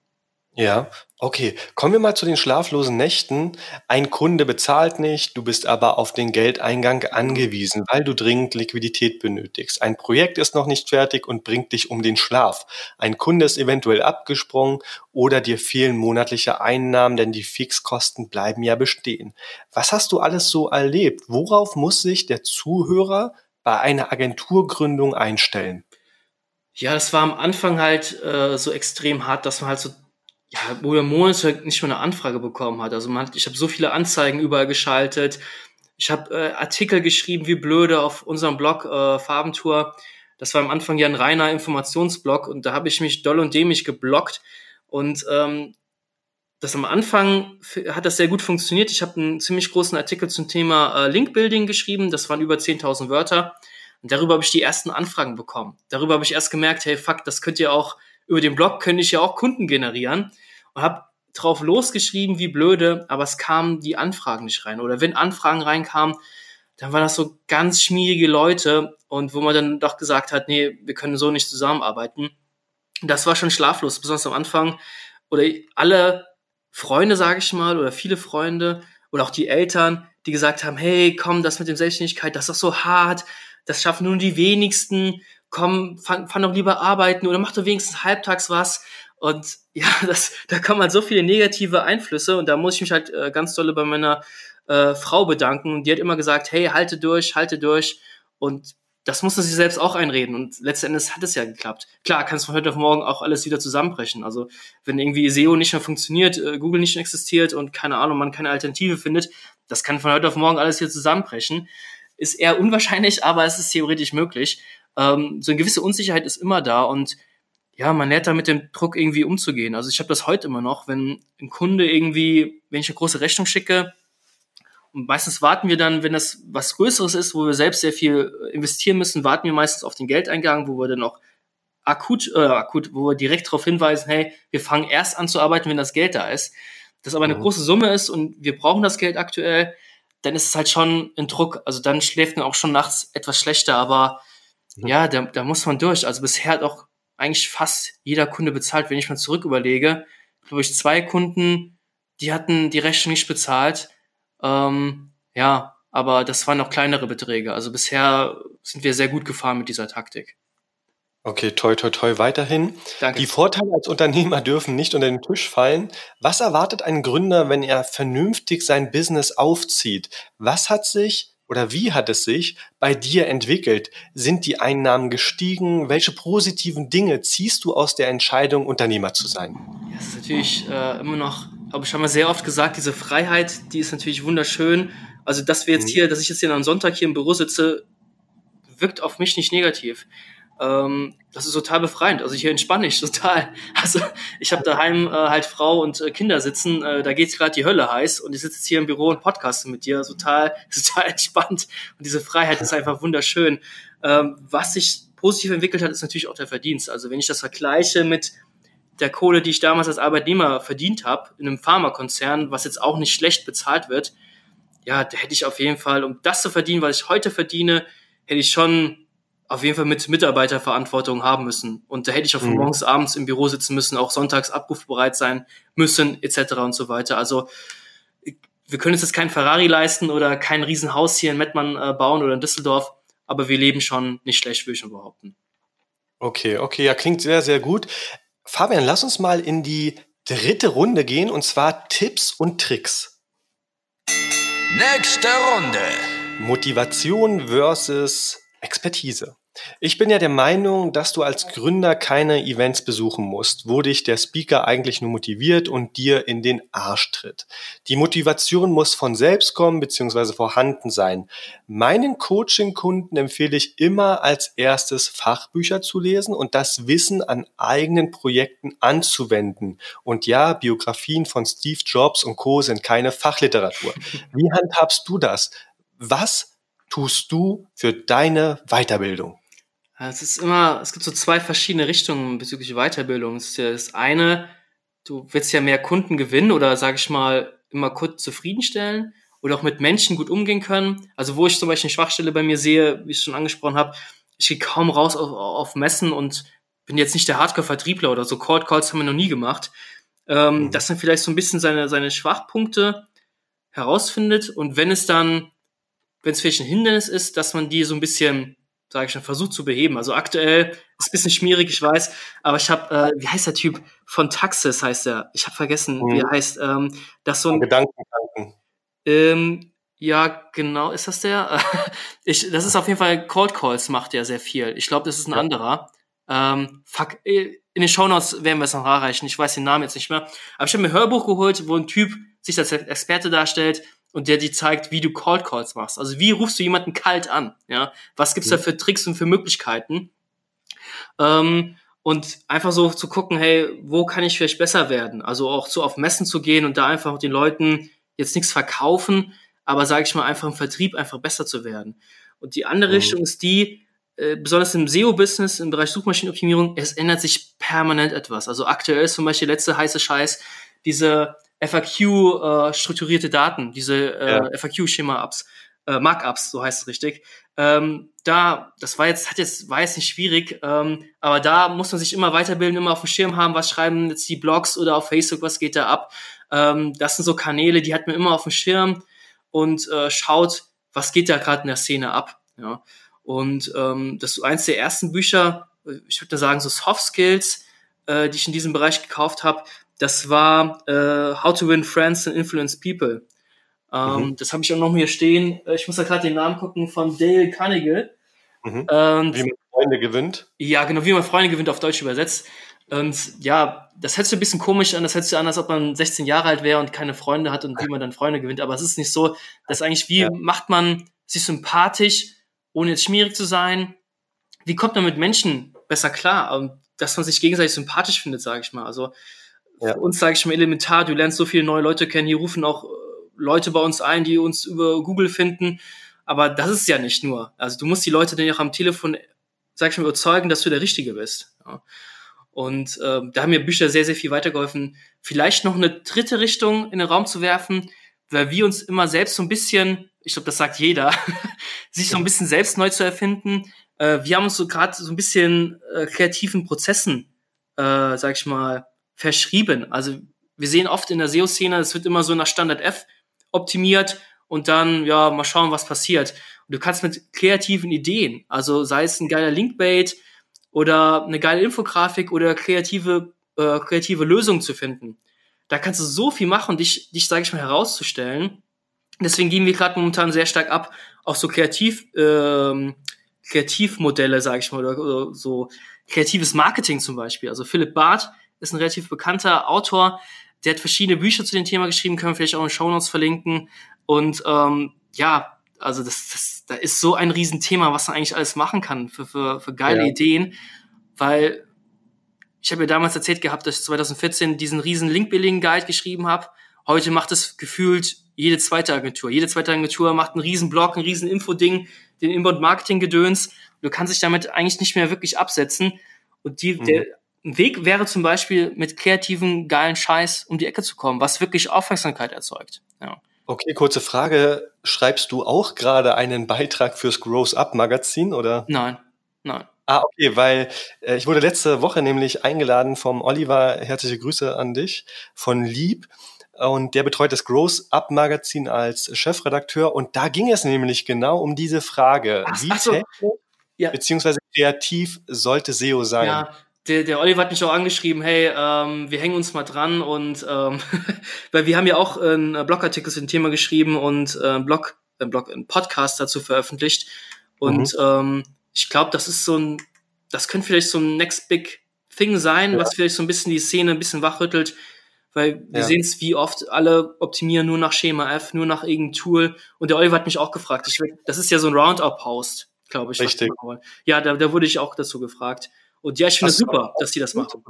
Ja, okay. Kommen wir mal zu den schlaflosen Nächten. Ein Kunde bezahlt nicht, du bist aber auf den Geldeingang angewiesen, weil du dringend Liquidität benötigst. Ein Projekt ist noch nicht fertig und bringt dich um den Schlaf. Ein Kunde ist eventuell abgesprungen oder dir fehlen monatliche Einnahmen, denn die Fixkosten bleiben ja bestehen. Was hast du alles so erlebt? Worauf muss sich der Zuhörer bei einer Agenturgründung einstellen? Ja, das war am Anfang halt so extrem hart, dass man halt so wo der Monat nicht mal eine Anfrage bekommen hat. Also ich habe so viele Anzeigen überall geschaltet. Ich habe Artikel geschrieben wie blöde auf unserem Blog Farbentour. Das war am Anfang ja ein reiner Informationsblog und da habe ich mich doll und dämlich geblockt. Und das am Anfang hat das sehr gut funktioniert. Ich habe einen ziemlich großen Artikel zum Thema Link-Building geschrieben. Das waren über 10.000 Wörter. Und darüber habe ich die ersten Anfragen bekommen. Darüber habe ich erst gemerkt, hey, fuck, das könnt ihr auch über den Blog könnte ich ja auch Kunden generieren und habe drauf losgeschrieben, wie blöde, aber es kamen die Anfragen nicht rein. Oder wenn Anfragen reinkamen, dann waren das so ganz schmierige Leute und wo man dann doch gesagt hat, nee, wir können so nicht zusammenarbeiten. Das war schon schlaflos, besonders am Anfang. Oder alle Freunde, sage ich mal, oder viele Freunde oder auch die Eltern, die gesagt haben, hey, komm, das mit dem Selbstständigkeit, das ist doch so hart, das schaffen nur die wenigsten. Komm, fang doch lieber arbeiten oder mach doch wenigstens halbtags was. Und ja, da kommen halt so viele negative Einflüsse und da muss ich mich halt ganz dolle bei meiner Frau bedanken. Die hat immer gesagt, hey, halte durch. Und das musste sie selbst auch einreden und letzten Endes hat es ja geklappt. Klar, kann es von heute auf morgen auch alles wieder zusammenbrechen. Also wenn irgendwie SEO nicht mehr funktioniert, Google nicht mehr existiert und keine Ahnung, man keine Alternative findet, das kann von heute auf morgen alles wieder zusammenbrechen. Ist eher unwahrscheinlich, aber es ist theoretisch möglich. So eine gewisse Unsicherheit ist immer da und ja, man lernt da mit dem Druck irgendwie umzugehen. Also ich habe das heute immer noch, wenn ein Kunde irgendwie, wenn ich eine große Rechnung schicke und meistens warten wir dann, wenn das was Größeres ist, wo wir selbst sehr viel investieren müssen, warten wir meistens auf den Geldeingang, wo wir dann auch wo wir direkt darauf hinweisen, hey, wir fangen erst an zu arbeiten, wenn das Geld da ist. Das aber eine große Summe ist und wir brauchen das Geld aktuell, dann ist es halt schon ein Druck. Also dann schläft man auch schon nachts etwas schlechter, aber ja, da muss man durch. Also bisher hat auch eigentlich fast jeder Kunde bezahlt, wenn ich mal zurück überlege. Glaube ich, 2 Kunden, die hatten die Rechnung nicht bezahlt. Ja, aber das waren noch kleinere Beträge. Also bisher sind wir sehr gut gefahren mit dieser Taktik. Okay, toi, toi, toi weiterhin. Danke. Die Vorteile als Unternehmer dürfen nicht unter den Tisch fallen. Was erwartet ein Gründer, wenn er vernünftig sein Business aufzieht? Was hat sich oder wie hat es sich bei dir entwickelt? Sind die Einnahmen gestiegen? Welche positiven Dinge ziehst du aus der Entscheidung, Unternehmer zu sein? Ja, es ist natürlich immer noch, habe ich schon mal sehr oft gesagt, diese Freiheit, die ist natürlich wunderschön. Also, dass ich jetzt hier am Sonntag hier im Büro sitze, wirkt auf mich nicht negativ. Das ist total befreiend. Also hier entspanne ich total. Also ich habe daheim halt Frau und Kinder sitzen, da geht's gerade die Hölle heiß und ich sitze jetzt hier im Büro und podcaste mit dir, total entspannt. Und diese Freiheit ist einfach wunderschön. Was sich positiv entwickelt hat, ist natürlich auch der Verdienst. Also wenn ich das vergleiche mit der Kohle, die ich damals als Arbeitnehmer verdient habe, in einem Pharmakonzern, was jetzt auch nicht schlecht bezahlt wird, ja, da hätte ich auf jeden Fall, um das zu verdienen, was ich heute verdiene, hätte ich schon auf jeden Fall mit Mitarbeiterverantwortung haben müssen. Und da hätte ich auch von morgens abends im Büro sitzen müssen, auch sonntags abrufbereit sein müssen, etc. und so weiter. Also wir können uns jetzt kein Ferrari leisten oder kein Riesenhaus hier in Mettmann bauen oder in Düsseldorf, aber wir leben schon nicht schlecht, würde ich schon behaupten. Okay, ja, klingt sehr, sehr gut. Fabian, lass uns mal in die dritte Runde gehen, und zwar Tipps und Tricks. Nächste Runde. Motivation versus Expertise. Ich bin ja der Meinung, dass du als Gründer keine Events besuchen musst, wo dich der Speaker eigentlich nur motiviert und dir in den Arsch tritt. Die Motivation muss von selbst kommen bzw. vorhanden sein. Meinen Coaching-Kunden empfehle ich immer als erstes Fachbücher zu lesen und das Wissen an eigenen Projekten anzuwenden. Und ja, Biografien von Steve Jobs und Co. sind keine Fachliteratur. Wie handhabst du das? Was tust du für deine Weiterbildung? Es gibt so zwei verschiedene Richtungen bezüglich Weiterbildung. Es ist ja das eine, du willst ja mehr Kunden gewinnen oder, sage ich mal, immer Kunden zufriedenstellen oder auch mit Menschen gut umgehen können. Also wo ich zum Beispiel eine Schwachstelle bei mir sehe, wie ich es schon angesprochen habe, ich gehe kaum raus auf Messen und bin jetzt nicht der Hardcore-Vertriebler oder so. Cold Calls haben wir noch nie gemacht. Das sind vielleicht so ein bisschen seine Schwachpunkte herausfindet und wenn es vielleicht ein Hindernis ist, dass man die so ein bisschen, sage ich schon, versucht zu beheben. Also aktuell ist ein bisschen schmierig, ich weiß, aber ich habe, wie heißt der Typ? Von Taxis heißt er. Ich habe vergessen, wie er heißt. Das so ein Gedankentanken. Ja, genau, ist das der? Das ist auf jeden Fall Cold Calls macht ja sehr viel. Ich glaube, das ist ein anderer. In den Shownotes werden wir es noch erreichen. Ich weiß den Namen jetzt nicht mehr. Aber ich habe mir ein Hörbuch geholt, wo ein Typ sich als Experte darstellt und der dir zeigt, wie du Cold Calls machst. Also wie rufst du jemanden kalt an? Ja, was gibt's da für Tricks und für Möglichkeiten? Und einfach so zu gucken, hey, wo kann ich vielleicht besser werden? Also auch so auf Messen zu gehen und da einfach den Leuten jetzt nichts verkaufen, aber sage ich mal einfach im Vertrieb einfach besser zu werden. Und die andere Richtung ist die, besonders im SEO-Business, im Bereich Suchmaschinenoptimierung, es ändert sich permanent etwas. Also aktuell ist zum Beispiel der letzte heiße Scheiß, diese FAQ-strukturierte Daten, diese FAQ-Schema-Ups, Markups, so heißt es richtig. War jetzt nicht schwierig, aber da muss man sich immer weiterbilden, immer auf dem Schirm haben, was schreiben jetzt die Blogs oder auf Facebook, was geht da ab. Das sind so Kanäle, die hat man immer auf dem Schirm und schaut, was geht da gerade in der Szene ab. Ja. Und das ist eins der ersten Bücher, ich würde sagen so Soft Skills, die ich in diesem Bereich gekauft habe, das war How to Win Friends and Influence People. Das habe ich auch noch hier stehen. Ich muss da gerade den Namen gucken von Dale Carnegie. Wie man Freunde gewinnt. Ja, genau, wie man Freunde gewinnt, auf Deutsch übersetzt. Und ja, das hört sich ein bisschen komisch an, das hört sich an, als ob man 16 Jahre alt wäre und keine Freunde hat und wie man dann Freunde gewinnt. Aber es ist nicht so, dass eigentlich, wie macht man sich sympathisch, ohne jetzt schmierig zu sein? Wie kommt man mit Menschen besser klar? Dass man sich gegenseitig sympathisch findet, sage ich mal. Also für uns, sage ich mal, elementar, du lernst so viele neue Leute kennen, hier rufen auch Leute bei uns ein, die uns über Google finden. Aber das ist ja nicht nur. Also du musst die Leute dann auch am Telefon, sag ich mal, überzeugen, dass du der Richtige bist. Ja. Und da haben mir Bücher sehr, sehr viel weitergeholfen. Vielleicht noch eine dritte Richtung in den Raum zu werfen, weil wir uns immer selbst so ein bisschen, ich glaube, das sagt jeder, sich so ein bisschen selbst neu zu erfinden. Wir haben uns so gerade so ein bisschen kreativen Prozessen, sag ich mal, verschrieben. Also wir sehen oft in der SEO-Szene, es wird immer so nach Standard F optimiert und dann, ja, mal schauen, was passiert. Und du kannst mit kreativen Ideen, also sei es ein geiler Linkbait, oder eine geile Infografik oder kreative Lösungen zu finden. Da kannst du so viel machen, dich sage ich mal, herauszustellen. Deswegen gehen wir gerade momentan sehr stark ab auf so Kreativmodelle, sage ich mal, oder so kreatives Marketing zum Beispiel. Also Philipp Barth ist ein relativ bekannter Autor, der hat verschiedene Bücher zu dem Thema geschrieben, können wir vielleicht auch in den Shownotes verlinken. Und also da ist so ein Riesenthema, was man eigentlich alles machen kann für geile Ideen, weil ich habe ja damals erzählt gehabt, dass ich 2014 diesen riesen Link-Building-Guide geschrieben habe. Heute macht es gefühlt jede zweite Agentur. Jede zweite Agentur macht einen riesen Blog, ein riesen Info-Ding, den Inbound-Marketing-Gedöns. Du kannst dich damit eigentlich nicht mehr wirklich absetzen. Und der Weg wäre zum Beispiel, mit kreativen, geilen Scheiß um die Ecke zu kommen, was wirklich Aufmerksamkeit erzeugt. Ja. Okay, kurze Frage. Schreibst du auch gerade einen Beitrag fürs Grows Up Magazin, oder? Nein. Ah, okay, weil ich wurde letzte Woche nämlich eingeladen vom Oliver, herzliche Grüße an dich, von Lieb. Und der betreut das Grows Up Magazin als Chefredakteur. Und da ging es nämlich genau um diese Frage. Wie technisch beziehungsweise kreativ sollte SEO sein? Ja, der Oliver hat mich auch angeschrieben, hey, wir hängen uns mal dran und weil wir haben ja auch einen Blogartikel zu dem Thema geschrieben und einen Podcast dazu veröffentlicht. Und ich glaube, das könnte vielleicht so ein Next Big Thing sein, was vielleicht so ein bisschen die Szene ein bisschen wachrüttelt, weil wir sehen es, wie oft alle optimieren nur nach Schema F, nur nach irgendeinem Tool. Und der Oliver hat mich auch gefragt. Das ist ja so ein Roundup-Post, glaube ich. Richtig. Ja, da wurde ich auch dazu gefragt. Und ja, ich finde es super, dass die das machen.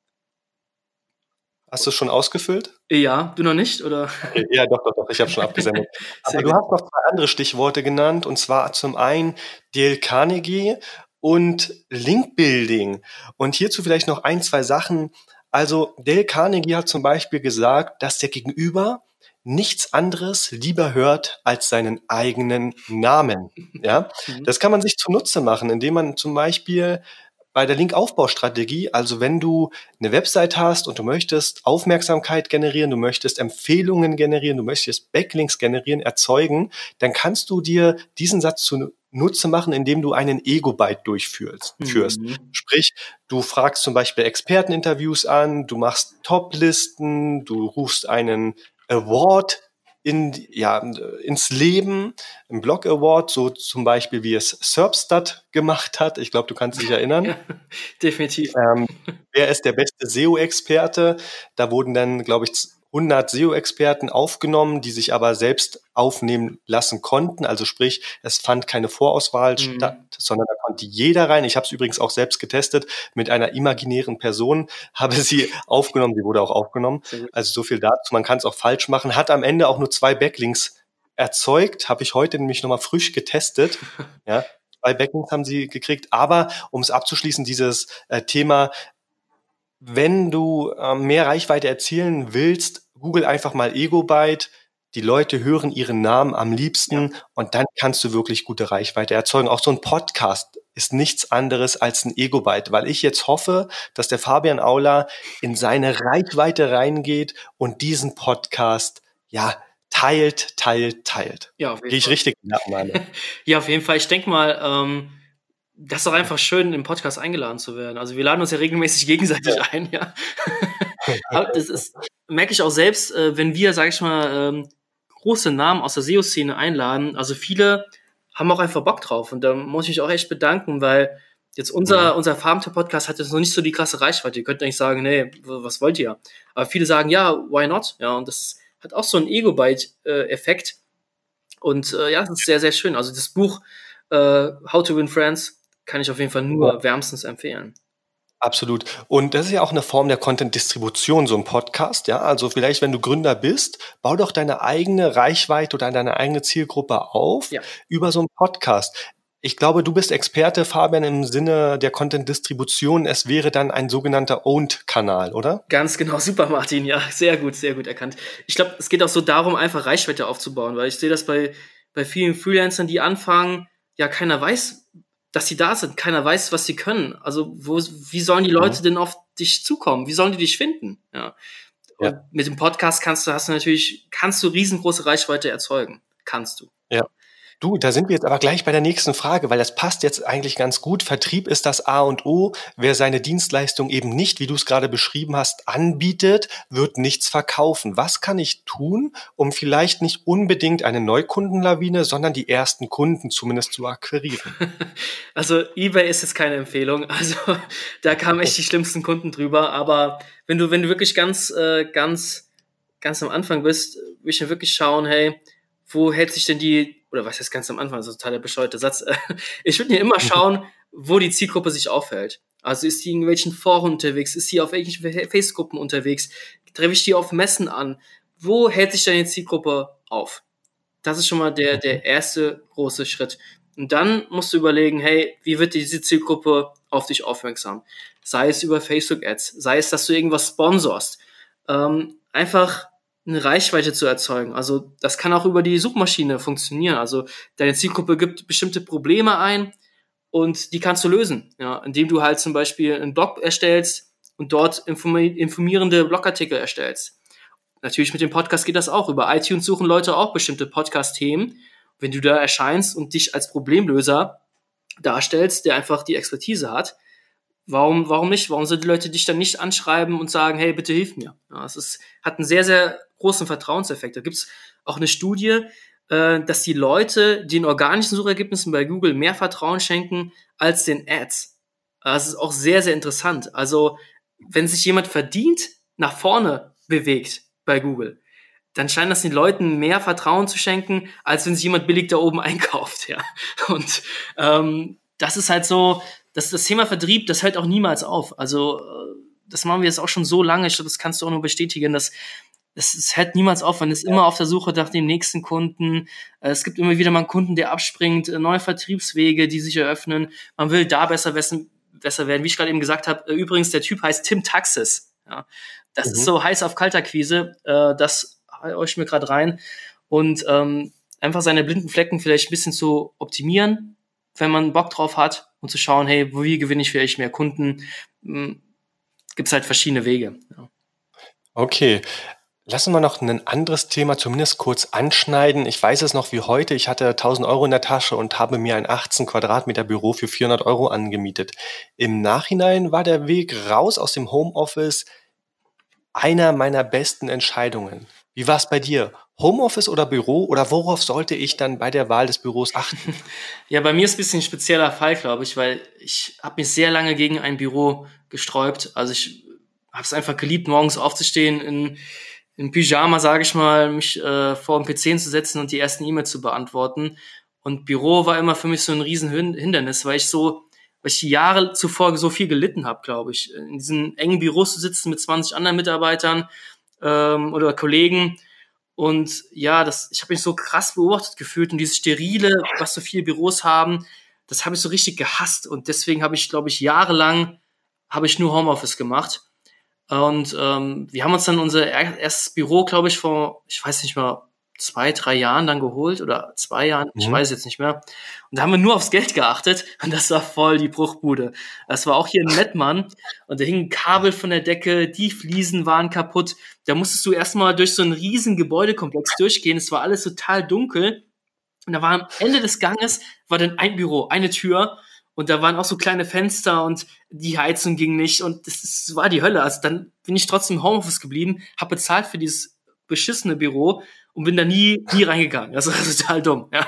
Hast du es schon ausgefüllt? Ja, du noch nicht, oder? Okay, ja, doch, ich habe schon abgesendet. Aber du hast noch 2 andere Stichworte genannt, und zwar zum einen Dale Carnegie und Link-Building. Und hierzu vielleicht noch 1, 2 Sachen. Also Dale Carnegie hat zum Beispiel gesagt, dass der Gegenüber nichts anderes lieber hört als seinen eigenen Namen. Ja, das kann man sich zunutze machen, indem man zum Beispiel bei der Linkaufbaustrategie, also wenn du eine Website hast und du möchtest Aufmerksamkeit generieren, du möchtest Empfehlungen generieren, du möchtest Backlinks generieren, erzeugen, dann kannst du dir diesen Satz zunutze machen, indem du einen Ego-Byte durchführst. Sprich, du fragst zum Beispiel Experteninterviews an, du machst Top-Listen, du rufst einen Award ins Leben, ein Blog Award, so zum Beispiel, wie es Serbstat gemacht hat. Ich glaube, du kannst dich erinnern. Ja, definitiv. Wer ist der beste SEO-Experte? Da wurden dann, glaube ich, 100 SEO-Experten aufgenommen, die sich aber selbst aufnehmen lassen konnten. Also sprich, es fand keine Vorauswahl statt, sondern da konnte jeder rein. Ich habe es übrigens auch selbst getestet mit einer imaginären Person, habe sie aufgenommen, sie wurde auch aufgenommen. Also so viel dazu, man kann es auch falsch machen. Hat am Ende auch nur 2 Backlinks erzeugt, habe ich heute nämlich nochmal frisch getestet. Ja, 2 Backlinks haben sie gekriegt. Aber um es abzuschließen, dieses Thema, wenn du mehr Reichweite erzielen willst, google einfach mal Ego-Byte. Die Leute hören ihren Namen am liebsten und dann kannst du wirklich gute Reichweite erzeugen. Auch so ein Podcast ist nichts anderes als ein Ego-Byte, weil ich jetzt hoffe, dass der Fabian Aula in seine Reichweite reingeht und diesen Podcast, teilt. Ja, auf jeden Gehe ich Fall. richtig in die Annahme? Ja, auf jeden Fall. Ich denke mal, das ist doch einfach schön, im Podcast eingeladen zu werden. Also wir laden uns ja regelmäßig gegenseitig ein, ja. Aber merke ich auch selbst, wenn wir, sage ich mal, große Namen aus der SEO-Szene einladen, also viele haben auch einfach Bock drauf. Und da muss ich mich auch echt bedanken, weil jetzt unser Farmtime-Podcast hat jetzt noch nicht so die krasse Reichweite. Ihr könnt eigentlich sagen, nee, was wollt ihr? Aber viele sagen, ja, why not? Ja, und das hat auch so einen Ego-Byte-Effekt. Und das ist sehr, sehr schön. Also das Buch How to Win Friends kann ich auf jeden Fall nur wärmstens empfehlen. Absolut. Und das ist ja auch eine Form der Content-Distribution, so ein Podcast. Ja, also vielleicht, wenn du Gründer bist, bau doch deine eigene Reichweite oder deine eigene Zielgruppe auf über so einen Podcast. Ich glaube, du bist Experte, Fabian, im Sinne der Content-Distribution. Es wäre dann ein sogenannter Owned-Kanal, oder? Ganz genau, super, Martin. Ja, sehr gut erkannt. Ich glaube, es geht auch so darum, einfach Reichweite aufzubauen, weil ich sehe das bei vielen Freelancern, die anfangen, ja, keiner weiß, dass sie da sind. Keiner weiß, was sie können. Also wie sollen die Leute denn auf dich zukommen? Wie sollen die dich finden? Ja. Und mit dem Podcast kannst du riesengroße Reichweite erzeugen. Kannst du. Ja. Du, da sind wir jetzt aber gleich bei der nächsten Frage, weil das passt jetzt eigentlich ganz gut. Vertrieb ist das A und O. Wer seine Dienstleistung eben nicht, wie du es gerade beschrieben hast, anbietet, wird nichts verkaufen. Was kann ich tun, um vielleicht nicht unbedingt eine Neukundenlawine, sondern die ersten Kunden zumindest zu akquirieren? Also eBay ist jetzt keine Empfehlung. Also da kamen echt die schlimmsten Kunden drüber. Aber wenn du wirklich ganz am Anfang bist, will ich dann wirklich schauen, hey, wo hält sich denn oder was heißt ganz am Anfang, das ist ein total der bescheuerte Satz. Ich würde mir immer schauen, wo die Zielgruppe sich aufhält. Also ist die in irgendwelchen Foren unterwegs, ist die auf irgendwelchen Facebook-Gruppen unterwegs, treffe ich die auf Messen an? Wo hält sich denn die Zielgruppe auf? Das ist schon mal der erste große Schritt. Und dann musst du überlegen, hey, wie wird diese Zielgruppe auf dich aufmerksam? Sei es über Facebook-Ads, sei es, dass du irgendwas sponsorst. Einfach eine Reichweite zu erzeugen. Also das kann auch über die Suchmaschine funktionieren. Also deine Zielgruppe gibt bestimmte Probleme ein und die kannst du lösen, ja, indem du halt zum Beispiel einen Blog erstellst und dort informierende Blogartikel erstellst. Natürlich mit dem Podcast geht das auch. Über iTunes suchen Leute auch bestimmte Podcast-Themen. Wenn du da erscheinst und dich als Problemlöser darstellst, der einfach die Expertise hat, warum nicht? Warum sollen die Leute dich dann nicht anschreiben und sagen, hey, bitte hilf mir? Ja, hat einen sehr, sehr großen Vertrauenseffekt. Da gibt's auch eine Studie, dass die Leute den organischen Suchergebnissen bei Google mehr Vertrauen schenken als den Ads. Das ist auch sehr, sehr interessant. Also, wenn sich jemand verdient nach vorne bewegt bei Google, dann scheint das den Leuten mehr Vertrauen zu schenken, als wenn sich jemand billig da oben einkauft. Ja. Und das ist halt so, das Thema Vertrieb, das hört auch niemals auf. Also das machen wir jetzt auch schon so lange, ich glaube, das kannst du auch nur bestätigen, dass es hört niemals auf, man ist immer auf der Suche nach dem nächsten Kunden. Es gibt immer wieder mal einen Kunden, der abspringt, neue Vertriebswege, die sich eröffnen. Man will da besser werden, wie ich gerade eben gesagt habe. Übrigens, der Typ heißt Tim Taxis. Ja. Das ist so heiß auf Kaltakquise, das haue ich mir gerade rein. Und einfach seine blinden Flecken vielleicht ein bisschen zu optimieren, wenn man Bock drauf hat und zu schauen, hey, wie gewinne ich vielleicht mehr Kunden? Gibt's halt verschiedene Wege. Ja. Okay. Lassen wir noch ein anderes Thema zumindest kurz anschneiden. Ich weiß es noch wie heute. Ich hatte 1.000 Euro in der Tasche und habe mir ein 18 Quadratmeter Büro für 400 Euro angemietet. Im Nachhinein war der Weg raus aus dem Homeoffice einer meiner besten Entscheidungen. Wie war es bei dir? Homeoffice oder Büro oder worauf sollte ich dann bei der Wahl des Büros achten? Ja, bei mir ist ein bisschen ein spezieller Fall, glaube ich, weil ich habe mich sehr lange gegen ein Büro gesträubt. Also ich habe es einfach geliebt, morgens aufzustehen, in Pyjama, sage ich mal, mich vor dem PC zu setzen und die ersten E-Mails zu beantworten. Und Büro war immer für mich so ein riesen Hindernis, weil ich die Jahre zuvor so viel gelitten habe, glaube ich. In diesen engen Büros zu sitzen mit 20 anderen Mitarbeitern oder Kollegen. Und ja, ich habe mich so krass beobachtet gefühlt und dieses Sterile, was so viele Büros haben, das habe ich so richtig gehasst. Und deswegen habe ich, glaube ich, jahrelang nur Homeoffice gemacht. Und wir haben uns dann unser erstes Büro, glaube ich, vor, ich weiß nicht mal, 2-3 Jahren dann geholt oder 2 Jahren, ich weiß jetzt nicht mehr. Und da haben wir nur aufs Geld geachtet und das war voll die Bruchbude. Das war auch hier in Mettmann und da hingen Kabel von der Decke, die Fliesen waren kaputt. Da musstest du erstmal durch so einen riesen Gebäudekomplex durchgehen. Es war alles total dunkel und da war am Ende des Ganges war dann ein Büro, eine Tür und da waren auch so kleine Fenster und die Heizung ging nicht und das war die Hölle. Also dann bin ich trotzdem im Homeoffice geblieben, habe bezahlt für dieses beschissene Büro und bin da nie reingegangen. Das war total dumm, ja.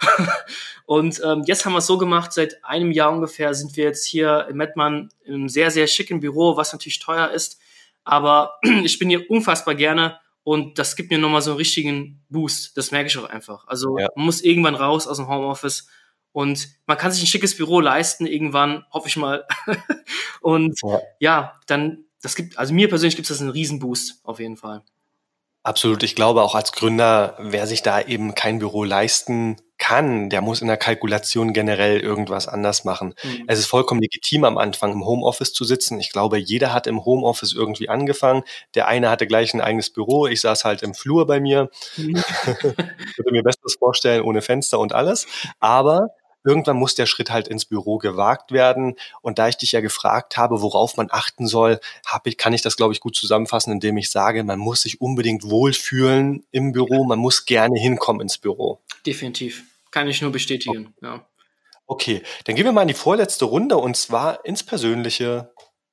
Und jetzt haben wir es so gemacht, seit einem Jahr ungefähr sind wir jetzt hier in Mettmann in einem sehr, sehr schicken Büro, was natürlich teuer ist, aber ich bin hier unfassbar gerne und das gibt mir nochmal so einen richtigen Boost, das merke ich auch einfach. Also man muss irgendwann raus aus dem Homeoffice und man kann sich ein schickes Büro leisten, irgendwann, hoffe ich mal. Und dann, also mir persönlich gibt es das einen riesen Boost, auf jeden Fall. Absolut. Ich glaube auch als Gründer, wer sich da eben kein Büro leisten kann, der muss in der Kalkulation generell irgendwas anders machen. Es ist vollkommen legitim, am Anfang im Homeoffice zu sitzen. Ich glaube, jeder hat im Homeoffice irgendwie angefangen. Der eine hatte gleich ein eigenes Büro. Ich saß halt im Flur bei mir. Würde mir Besseres vorstellen, ohne Fenster und alles. Aber irgendwann muss der Schritt halt ins Büro gewagt werden. Und da ich dich ja gefragt habe, worauf man achten soll, kann ich das, glaube ich, gut zusammenfassen, indem ich sage, man muss sich unbedingt wohlfühlen im Büro. Man muss gerne hinkommen ins Büro. Definitiv. Kann ich nur bestätigen, ja. Okay, dann gehen wir mal in die vorletzte Runde und zwar ins Persönliche.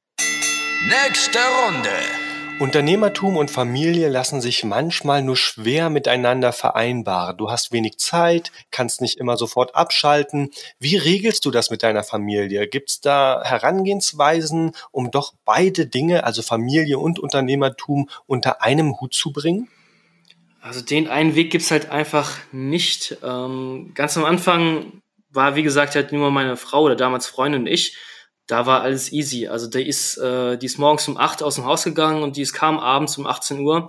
Nächste Runde. Unternehmertum und Familie lassen sich manchmal nur schwer miteinander vereinbaren. Du hast wenig Zeit, kannst nicht immer sofort abschalten. Wie regelst du das mit deiner Familie? Gibt es da Herangehensweisen, um doch beide Dinge, also Familie und Unternehmertum, unter einem Hut zu bringen? Also den einen Weg gibt's halt einfach nicht. Ganz am Anfang war, wie gesagt, halt nur meine Frau oder damals Freundin und ich. Da war alles easy. Also die ist morgens um 8 aus dem Haus gegangen und kam abends um 18 Uhr.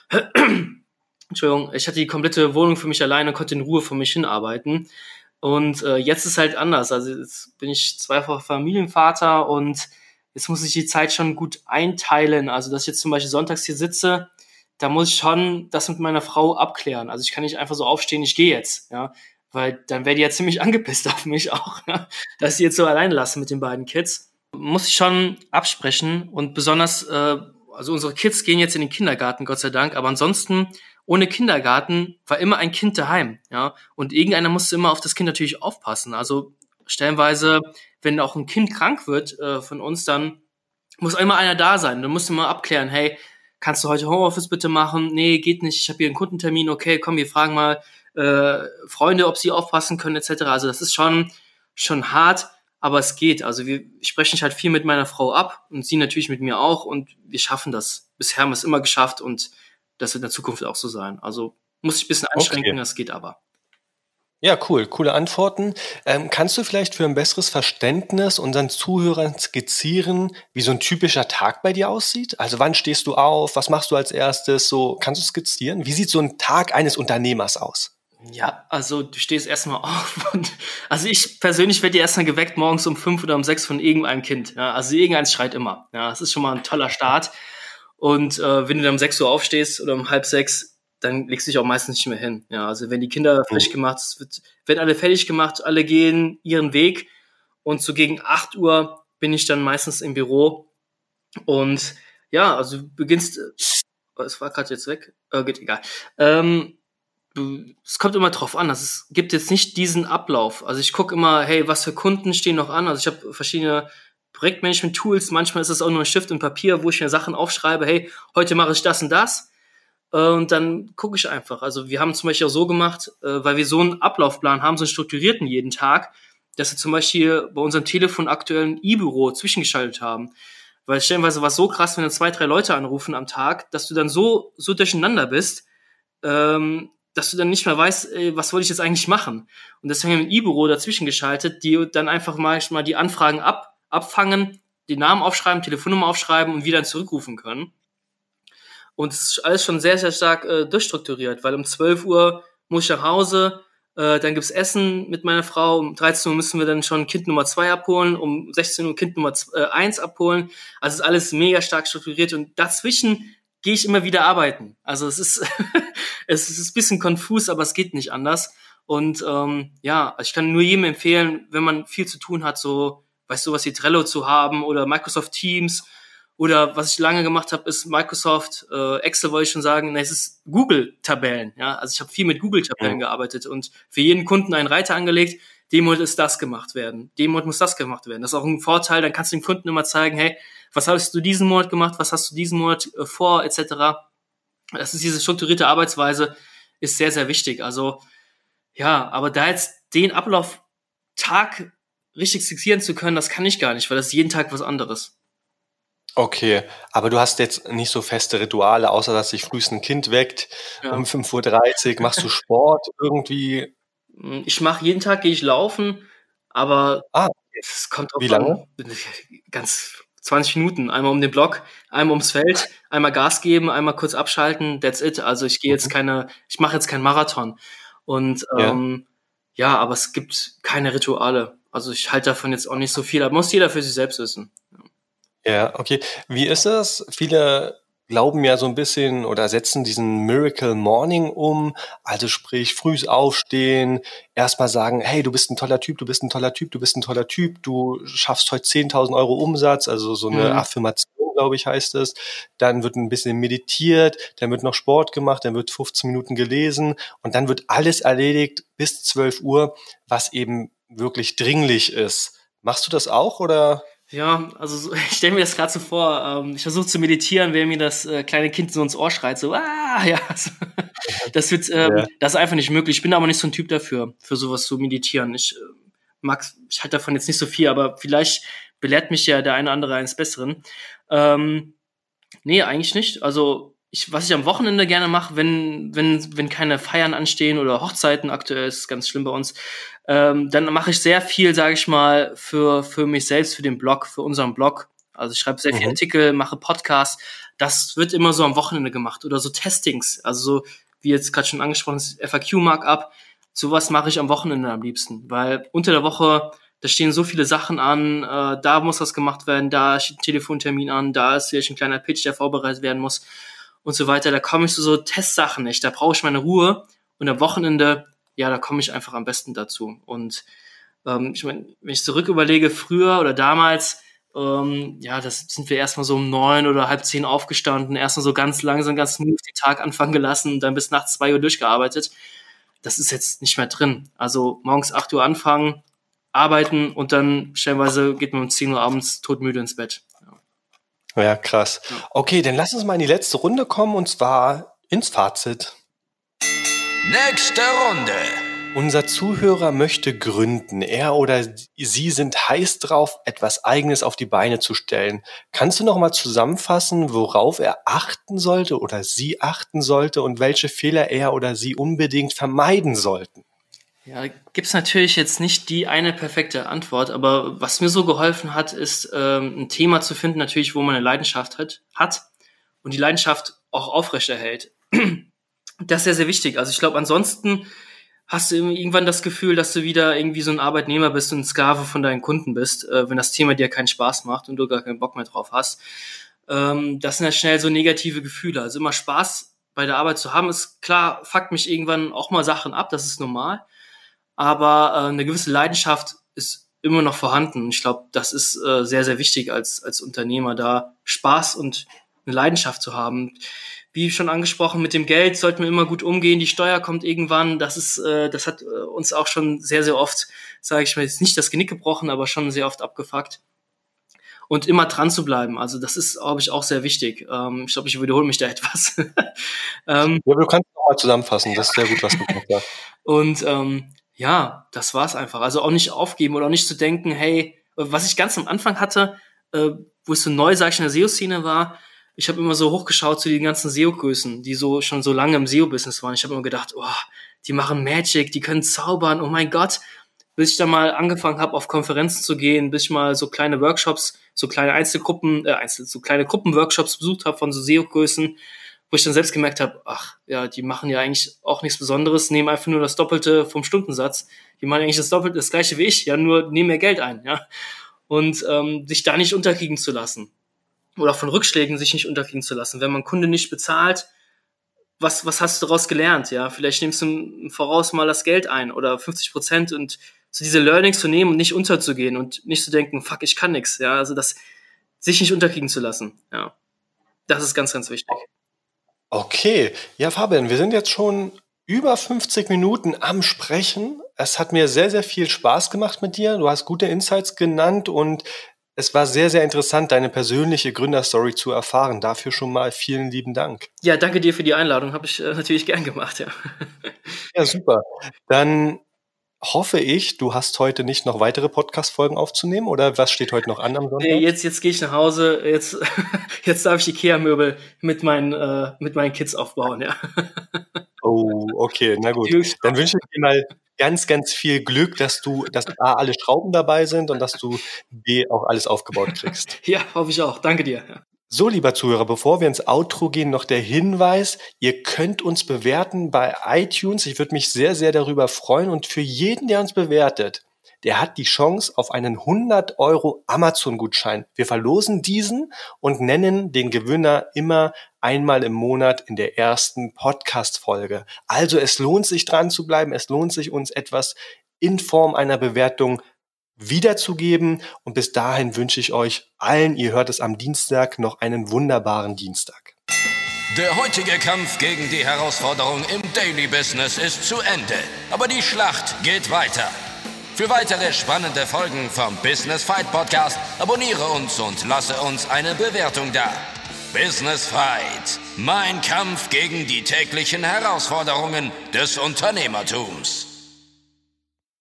Entschuldigung, ich hatte die komplette Wohnung für mich alleine, konnte in Ruhe für mich hinarbeiten. Und jetzt ist halt anders. Also jetzt bin ich zweifacher Familienvater und jetzt muss ich die Zeit schon gut einteilen. Also dass ich jetzt zum Beispiel sonntags hier sitze, da muss ich schon das mit meiner Frau abklären. Also ich kann nicht einfach so aufstehen, ich gehe jetzt, ja. Weil dann wäre die ja ziemlich angepisst auf mich auch, ja? Dass ich jetzt so alleine lasse mit den beiden Kids. Muss ich schon absprechen und besonders, also unsere Kids gehen jetzt in den Kindergarten, Gott sei Dank, aber ansonsten ohne Kindergarten war immer ein Kind daheim, ja. Und irgendeiner musste immer auf das Kind natürlich aufpassen. Also stellenweise, wenn auch ein Kind krank wird von uns, dann muss immer einer da sein. Dann musst du mal abklären, hey, kannst du heute Homeoffice bitte machen? Nee, geht nicht, ich habe hier einen Kundentermin, okay, komm, wir fragen mal Freunde, ob sie aufpassen können, etc. Also das ist schon hart, aber es geht. Also wir sprechen halt viel mit meiner Frau ab und sie natürlich mit mir auch und wir schaffen das. Bisher haben wir es immer geschafft und das wird in der Zukunft auch so sein. Also muss ich ein bisschen einschränken, das geht aber. Ja, cool, coole Antworten. Kannst du vielleicht für ein besseres Verständnis unseren Zuhörern skizzieren, wie so ein typischer Tag bei dir aussieht? Also wann stehst du auf? Was machst du als erstes? So, kannst du skizzieren? Wie sieht so ein Tag eines Unternehmers aus? Ja, also du stehst erstmal auf und also ich persönlich werde erstmal geweckt morgens um 5 oder um 6 von irgendeinem Kind. Ja, also irgendeins schreit immer. Ja, das ist schon mal ein toller Start. Und wenn du dann um 6 Uhr aufstehst oder um halb 6, dann legst du dich auch meistens nicht mehr hin. Ja, also wenn die Kinder frisch gemacht, werden alle fertig gemacht, alle gehen ihren Weg und so gegen 8 Uhr bin ich dann meistens im Büro und ja, also du beginnst, es war gerade jetzt weg, geht egal. Es kommt immer drauf an. Also es gibt jetzt nicht diesen Ablauf. Also ich gucke immer, hey, was für Kunden stehen noch an? Also ich habe verschiedene Projektmanagement-Tools. Manchmal ist es auch nur ein Stift und Papier, wo ich mir Sachen aufschreibe. Hey, heute mache ich das und das. Und dann gucke ich einfach. Also wir haben zum Beispiel auch so gemacht, weil wir so einen Ablaufplan haben, so einen strukturierten jeden Tag, dass wir zum Beispiel bei unserem Telefon aktuell ein E-Büro zwischengeschaltet haben. Weil stellenweise war es so krass, wenn dann 2, 3 Leute anrufen am Tag, dass du dann so durcheinander bist, dass du dann nicht mehr weißt, was wollte ich jetzt eigentlich machen. Und deswegen haben wir ein E-Büro dazwischen geschaltet, die dann einfach mal die Anfragen abfangen, den Namen aufschreiben, Telefonnummer aufschreiben und wieder dann zurückrufen können. Und es ist alles schon sehr, sehr stark durchstrukturiert, weil um 12 Uhr muss ich nach Hause, dann gibt's Essen mit meiner Frau, um 13 Uhr müssen wir dann schon Kind Nummer 2 abholen, um 16 Uhr Kind Nummer 1 abholen. Also es ist alles mega stark strukturiert und dazwischen gehe ich immer wieder arbeiten. Also es ist es ist ein bisschen konfus, aber es geht nicht anders. Und ja, ich kann nur jedem empfehlen, wenn man viel zu tun hat, so, weißt du, was wie Trello zu haben oder Microsoft Teams oder was ich lange gemacht habe, ist Microsoft Excel, wollte ich schon sagen, es ist Google-Tabellen. Ja, also ich habe viel mit Google-Tabellen gearbeitet und für jeden Kunden einen Reiter angelegt. Dem Monat ist das gemacht werden, dem Monat muss das gemacht werden. Das ist auch ein Vorteil. Dann kannst du dem Kunden immer zeigen, hey, was hast du diesen Monat gemacht, was hast du diesen Monat vor, etc. Das ist diese strukturierte Arbeitsweise, ist sehr, sehr wichtig. Also ja, aber da jetzt den Ablauftag richtig fixieren zu können, das kann ich gar nicht, weil das ist jeden Tag was anderes. Okay, aber du hast jetzt nicht so feste Rituale, außer dass sich frühest ein Kind weckt, Ja. um 5:30 Uhr. Machst du Sport irgendwie? Ich mache jeden Tag, gehe ich laufen, aber Ah, es kommt drauf wie lange? an. Ganz 20 Minuten, einmal um den Block, einmal ums Feld, einmal Gas geben, einmal kurz abschalten, that's it. Also ich mache jetzt keinen Marathon. Und Ja. ja, aber es gibt keine Rituale. Also ich halte davon jetzt auch nicht so viel. Da muss jeder für sich selbst wissen. Ja, okay. Wie ist es? Viele glauben ja so ein bisschen oder setzen diesen Miracle Morning um, also sprich frühs aufstehen, erstmal sagen, hey, du bist ein toller Typ, du bist ein toller Typ, du bist ein toller Typ, du schaffst heute 10.000 Euro Umsatz, also so eine Affirmation, glaube ich, heißt es. Dann wird ein bisschen meditiert, dann wird noch Sport gemacht, dann wird 15 Minuten gelesen und dann wird alles erledigt bis 12 Uhr, was eben wirklich dringlich ist. Machst du das auch oder? Ja, also ich stelle mir das gerade so vor, ich versuche zu meditieren, während mir das kleine Kind so ins Ohr schreit, so, ja. Das wird, Ja. das ist einfach nicht möglich. Ich bin aber nicht so ein Typ dafür, für sowas zu meditieren. Ich halte davon jetzt nicht so viel, aber vielleicht belehrt mich ja der eine oder andere eines Besseren. Nee, eigentlich nicht. Also was ich am Wochenende gerne mache, wenn keine Feiern anstehen oder Hochzeiten, aktuell ist es ganz schlimm bei uns, dann mache ich sehr viel, sage ich mal, für mich selbst, für den Blog, für unseren Blog. Also ich schreibe sehr viele Artikel, mache Podcasts. Das wird immer so am Wochenende gemacht oder so Testings. Also so, wie jetzt gerade schon angesprochen ist, FAQ-Markup. Sowas mache ich am Wochenende am liebsten, weil unter der Woche, da stehen so viele Sachen an, da muss was gemacht werden, da steht ein Telefontermin an, da ist vielleicht ein kleiner Pitch, der vorbereitet werden muss und so weiter. Da komme ich zu so Testsachen nicht. Da brauche ich meine Ruhe und am Wochenende, ja, da komme ich einfach am besten dazu. Und ich meine, wenn ich zurück überlege, früher oder damals, das sind wir erstmal so um 9 oder halb 10 aufgestanden, erstmal so ganz langsam, ganz smooth den Tag anfangen gelassen und dann bis nachts 2 Uhr durchgearbeitet. Das ist jetzt nicht mehr drin. Also morgens 8 Uhr anfangen, arbeiten und dann stellenweise geht man um 10 Uhr abends todmüde ins Bett. Ja, krass. Okay, dann lass uns mal in die letzte Runde kommen und zwar ins Fazit. Nächste Runde. Unser Zuhörer möchte gründen. Er oder sie sind heiß drauf, etwas Eigenes auf die Beine zu stellen. Kannst du noch mal zusammenfassen, worauf er achten sollte oder sie achten sollte und welche Fehler er oder sie unbedingt vermeiden sollten? Ja, gibt's natürlich jetzt nicht die eine perfekte Antwort, aber was mir so geholfen hat, ist ein Thema zu finden, natürlich, wo man eine Leidenschaft hat und die Leidenschaft auch aufrechterhält. Das ist sehr, sehr wichtig. Also ich glaube, ansonsten hast du irgendwann das Gefühl, dass du wieder irgendwie so ein Arbeitnehmer bist und ein Sklave von deinen Kunden bist, wenn das Thema dir keinen Spaß macht und du gar keinen Bock mehr drauf hast. Das sind ja schnell so negative Gefühle. Also immer Spaß bei der Arbeit zu haben, ist klar, fuckt mich irgendwann auch mal Sachen ab, das ist normal. Aber eine gewisse Leidenschaft ist immer noch vorhanden. Und ich glaube, das ist sehr, sehr wichtig als Unternehmer, da Spaß und eine Leidenschaft zu haben. Wie schon angesprochen, mit dem Geld sollten wir immer gut umgehen. Die Steuer kommt irgendwann. Das hat uns auch schon sehr, sehr oft, sage ich mal, jetzt nicht das Genick gebrochen, aber schon sehr oft abgefuckt. Und immer dran zu bleiben. Also das ist, glaube ich, auch sehr wichtig. Ich glaube, ich wiederhole mich da etwas. Ja, aber du kannst noch mal zusammenfassen. Das ist sehr gut, was du gesagt hast. Und ja, das war's einfach. Also auch nicht aufgeben oder auch nicht zu denken, hey, was ich ganz am Anfang hatte, wo ich so neu, sag ich, in der SEO-Szene war, ich habe immer so hochgeschaut zu den ganzen SEO-Größen, die so schon so lange im SEO-Business waren. Ich habe immer gedacht, oh, die machen Magic, die können zaubern, oh mein Gott. Bis ich dann mal angefangen habe, auf Konferenzen zu gehen, bis ich mal so kleine Workshops, so kleine so kleine Gruppenworkshops besucht habe von so SEO-Größen, wo ich dann selbst gemerkt habe, ach ja, die machen ja eigentlich auch nichts Besonderes, nehmen einfach nur das Doppelte vom Stundensatz. Die machen eigentlich das Gleiche wie ich, ja, nur nehmen mehr Geld ein, ja. Und sich da nicht unterkriegen zu lassen. Oder von Rückschlägen sich nicht unterkriegen zu lassen. Wenn man Kunde nicht bezahlt, was hast du daraus gelernt, ja? Vielleicht nimmst du im Voraus mal das Geld ein oder 50% und so diese Learnings zu nehmen und nicht unterzugehen und nicht zu denken, fuck, ich kann nix, ja? Also das, sich nicht unterkriegen zu lassen, ja. Das ist ganz, ganz wichtig. Okay, ja Fabian, wir sind jetzt schon über 50 Minuten am Sprechen. Es hat mir sehr, sehr viel Spaß gemacht mit dir. Du hast gute Insights genannt und es war sehr, sehr interessant, deine persönliche Gründerstory zu erfahren. Dafür schon mal vielen lieben Dank. Ja, danke dir für die Einladung. Habe ich natürlich gern gemacht, ja. Ja, super. Dann hoffe ich, du hast heute nicht noch weitere Podcast-Folgen aufzunehmen oder was steht heute noch an am Sonntag? Jetzt gehe ich nach Hause. Jetzt darf ich Ikea-Möbel mit meinen Kids aufbauen, ja. Oh, okay, na gut. Dann wünsche ich dir mal ganz, ganz viel Glück, dass A, alle Schrauben dabei sind und dass du B, auch alles aufgebaut kriegst. Ja, hoffe ich auch. Danke dir. Ja. So, lieber Zuhörer, bevor wir ins Outro gehen, noch der Hinweis, ihr könnt uns bewerten bei iTunes. Ich würde mich sehr, sehr darüber freuen. Und für jeden, der uns bewertet, der hat die Chance auf einen 100 € Amazon-Gutschein. Wir verlosen diesen und nennen den Gewinner immer einmal im Monat in der ersten Podcast-Folge. Also es lohnt sich dran zu bleiben, es lohnt sich uns etwas in Form einer Bewertung wiederzugeben und bis dahin wünsche ich euch allen, ihr hört es am Dienstag, noch einen wunderbaren Dienstag. Der heutige Kampf gegen die Herausforderung im Daily Business ist zu Ende, aber die Schlacht geht weiter. Für weitere spannende Folgen vom Business Fight Podcast abonniere uns und lasse uns eine Bewertung da. Business Fight, mein Kampf gegen die täglichen Herausforderungen des Unternehmertums.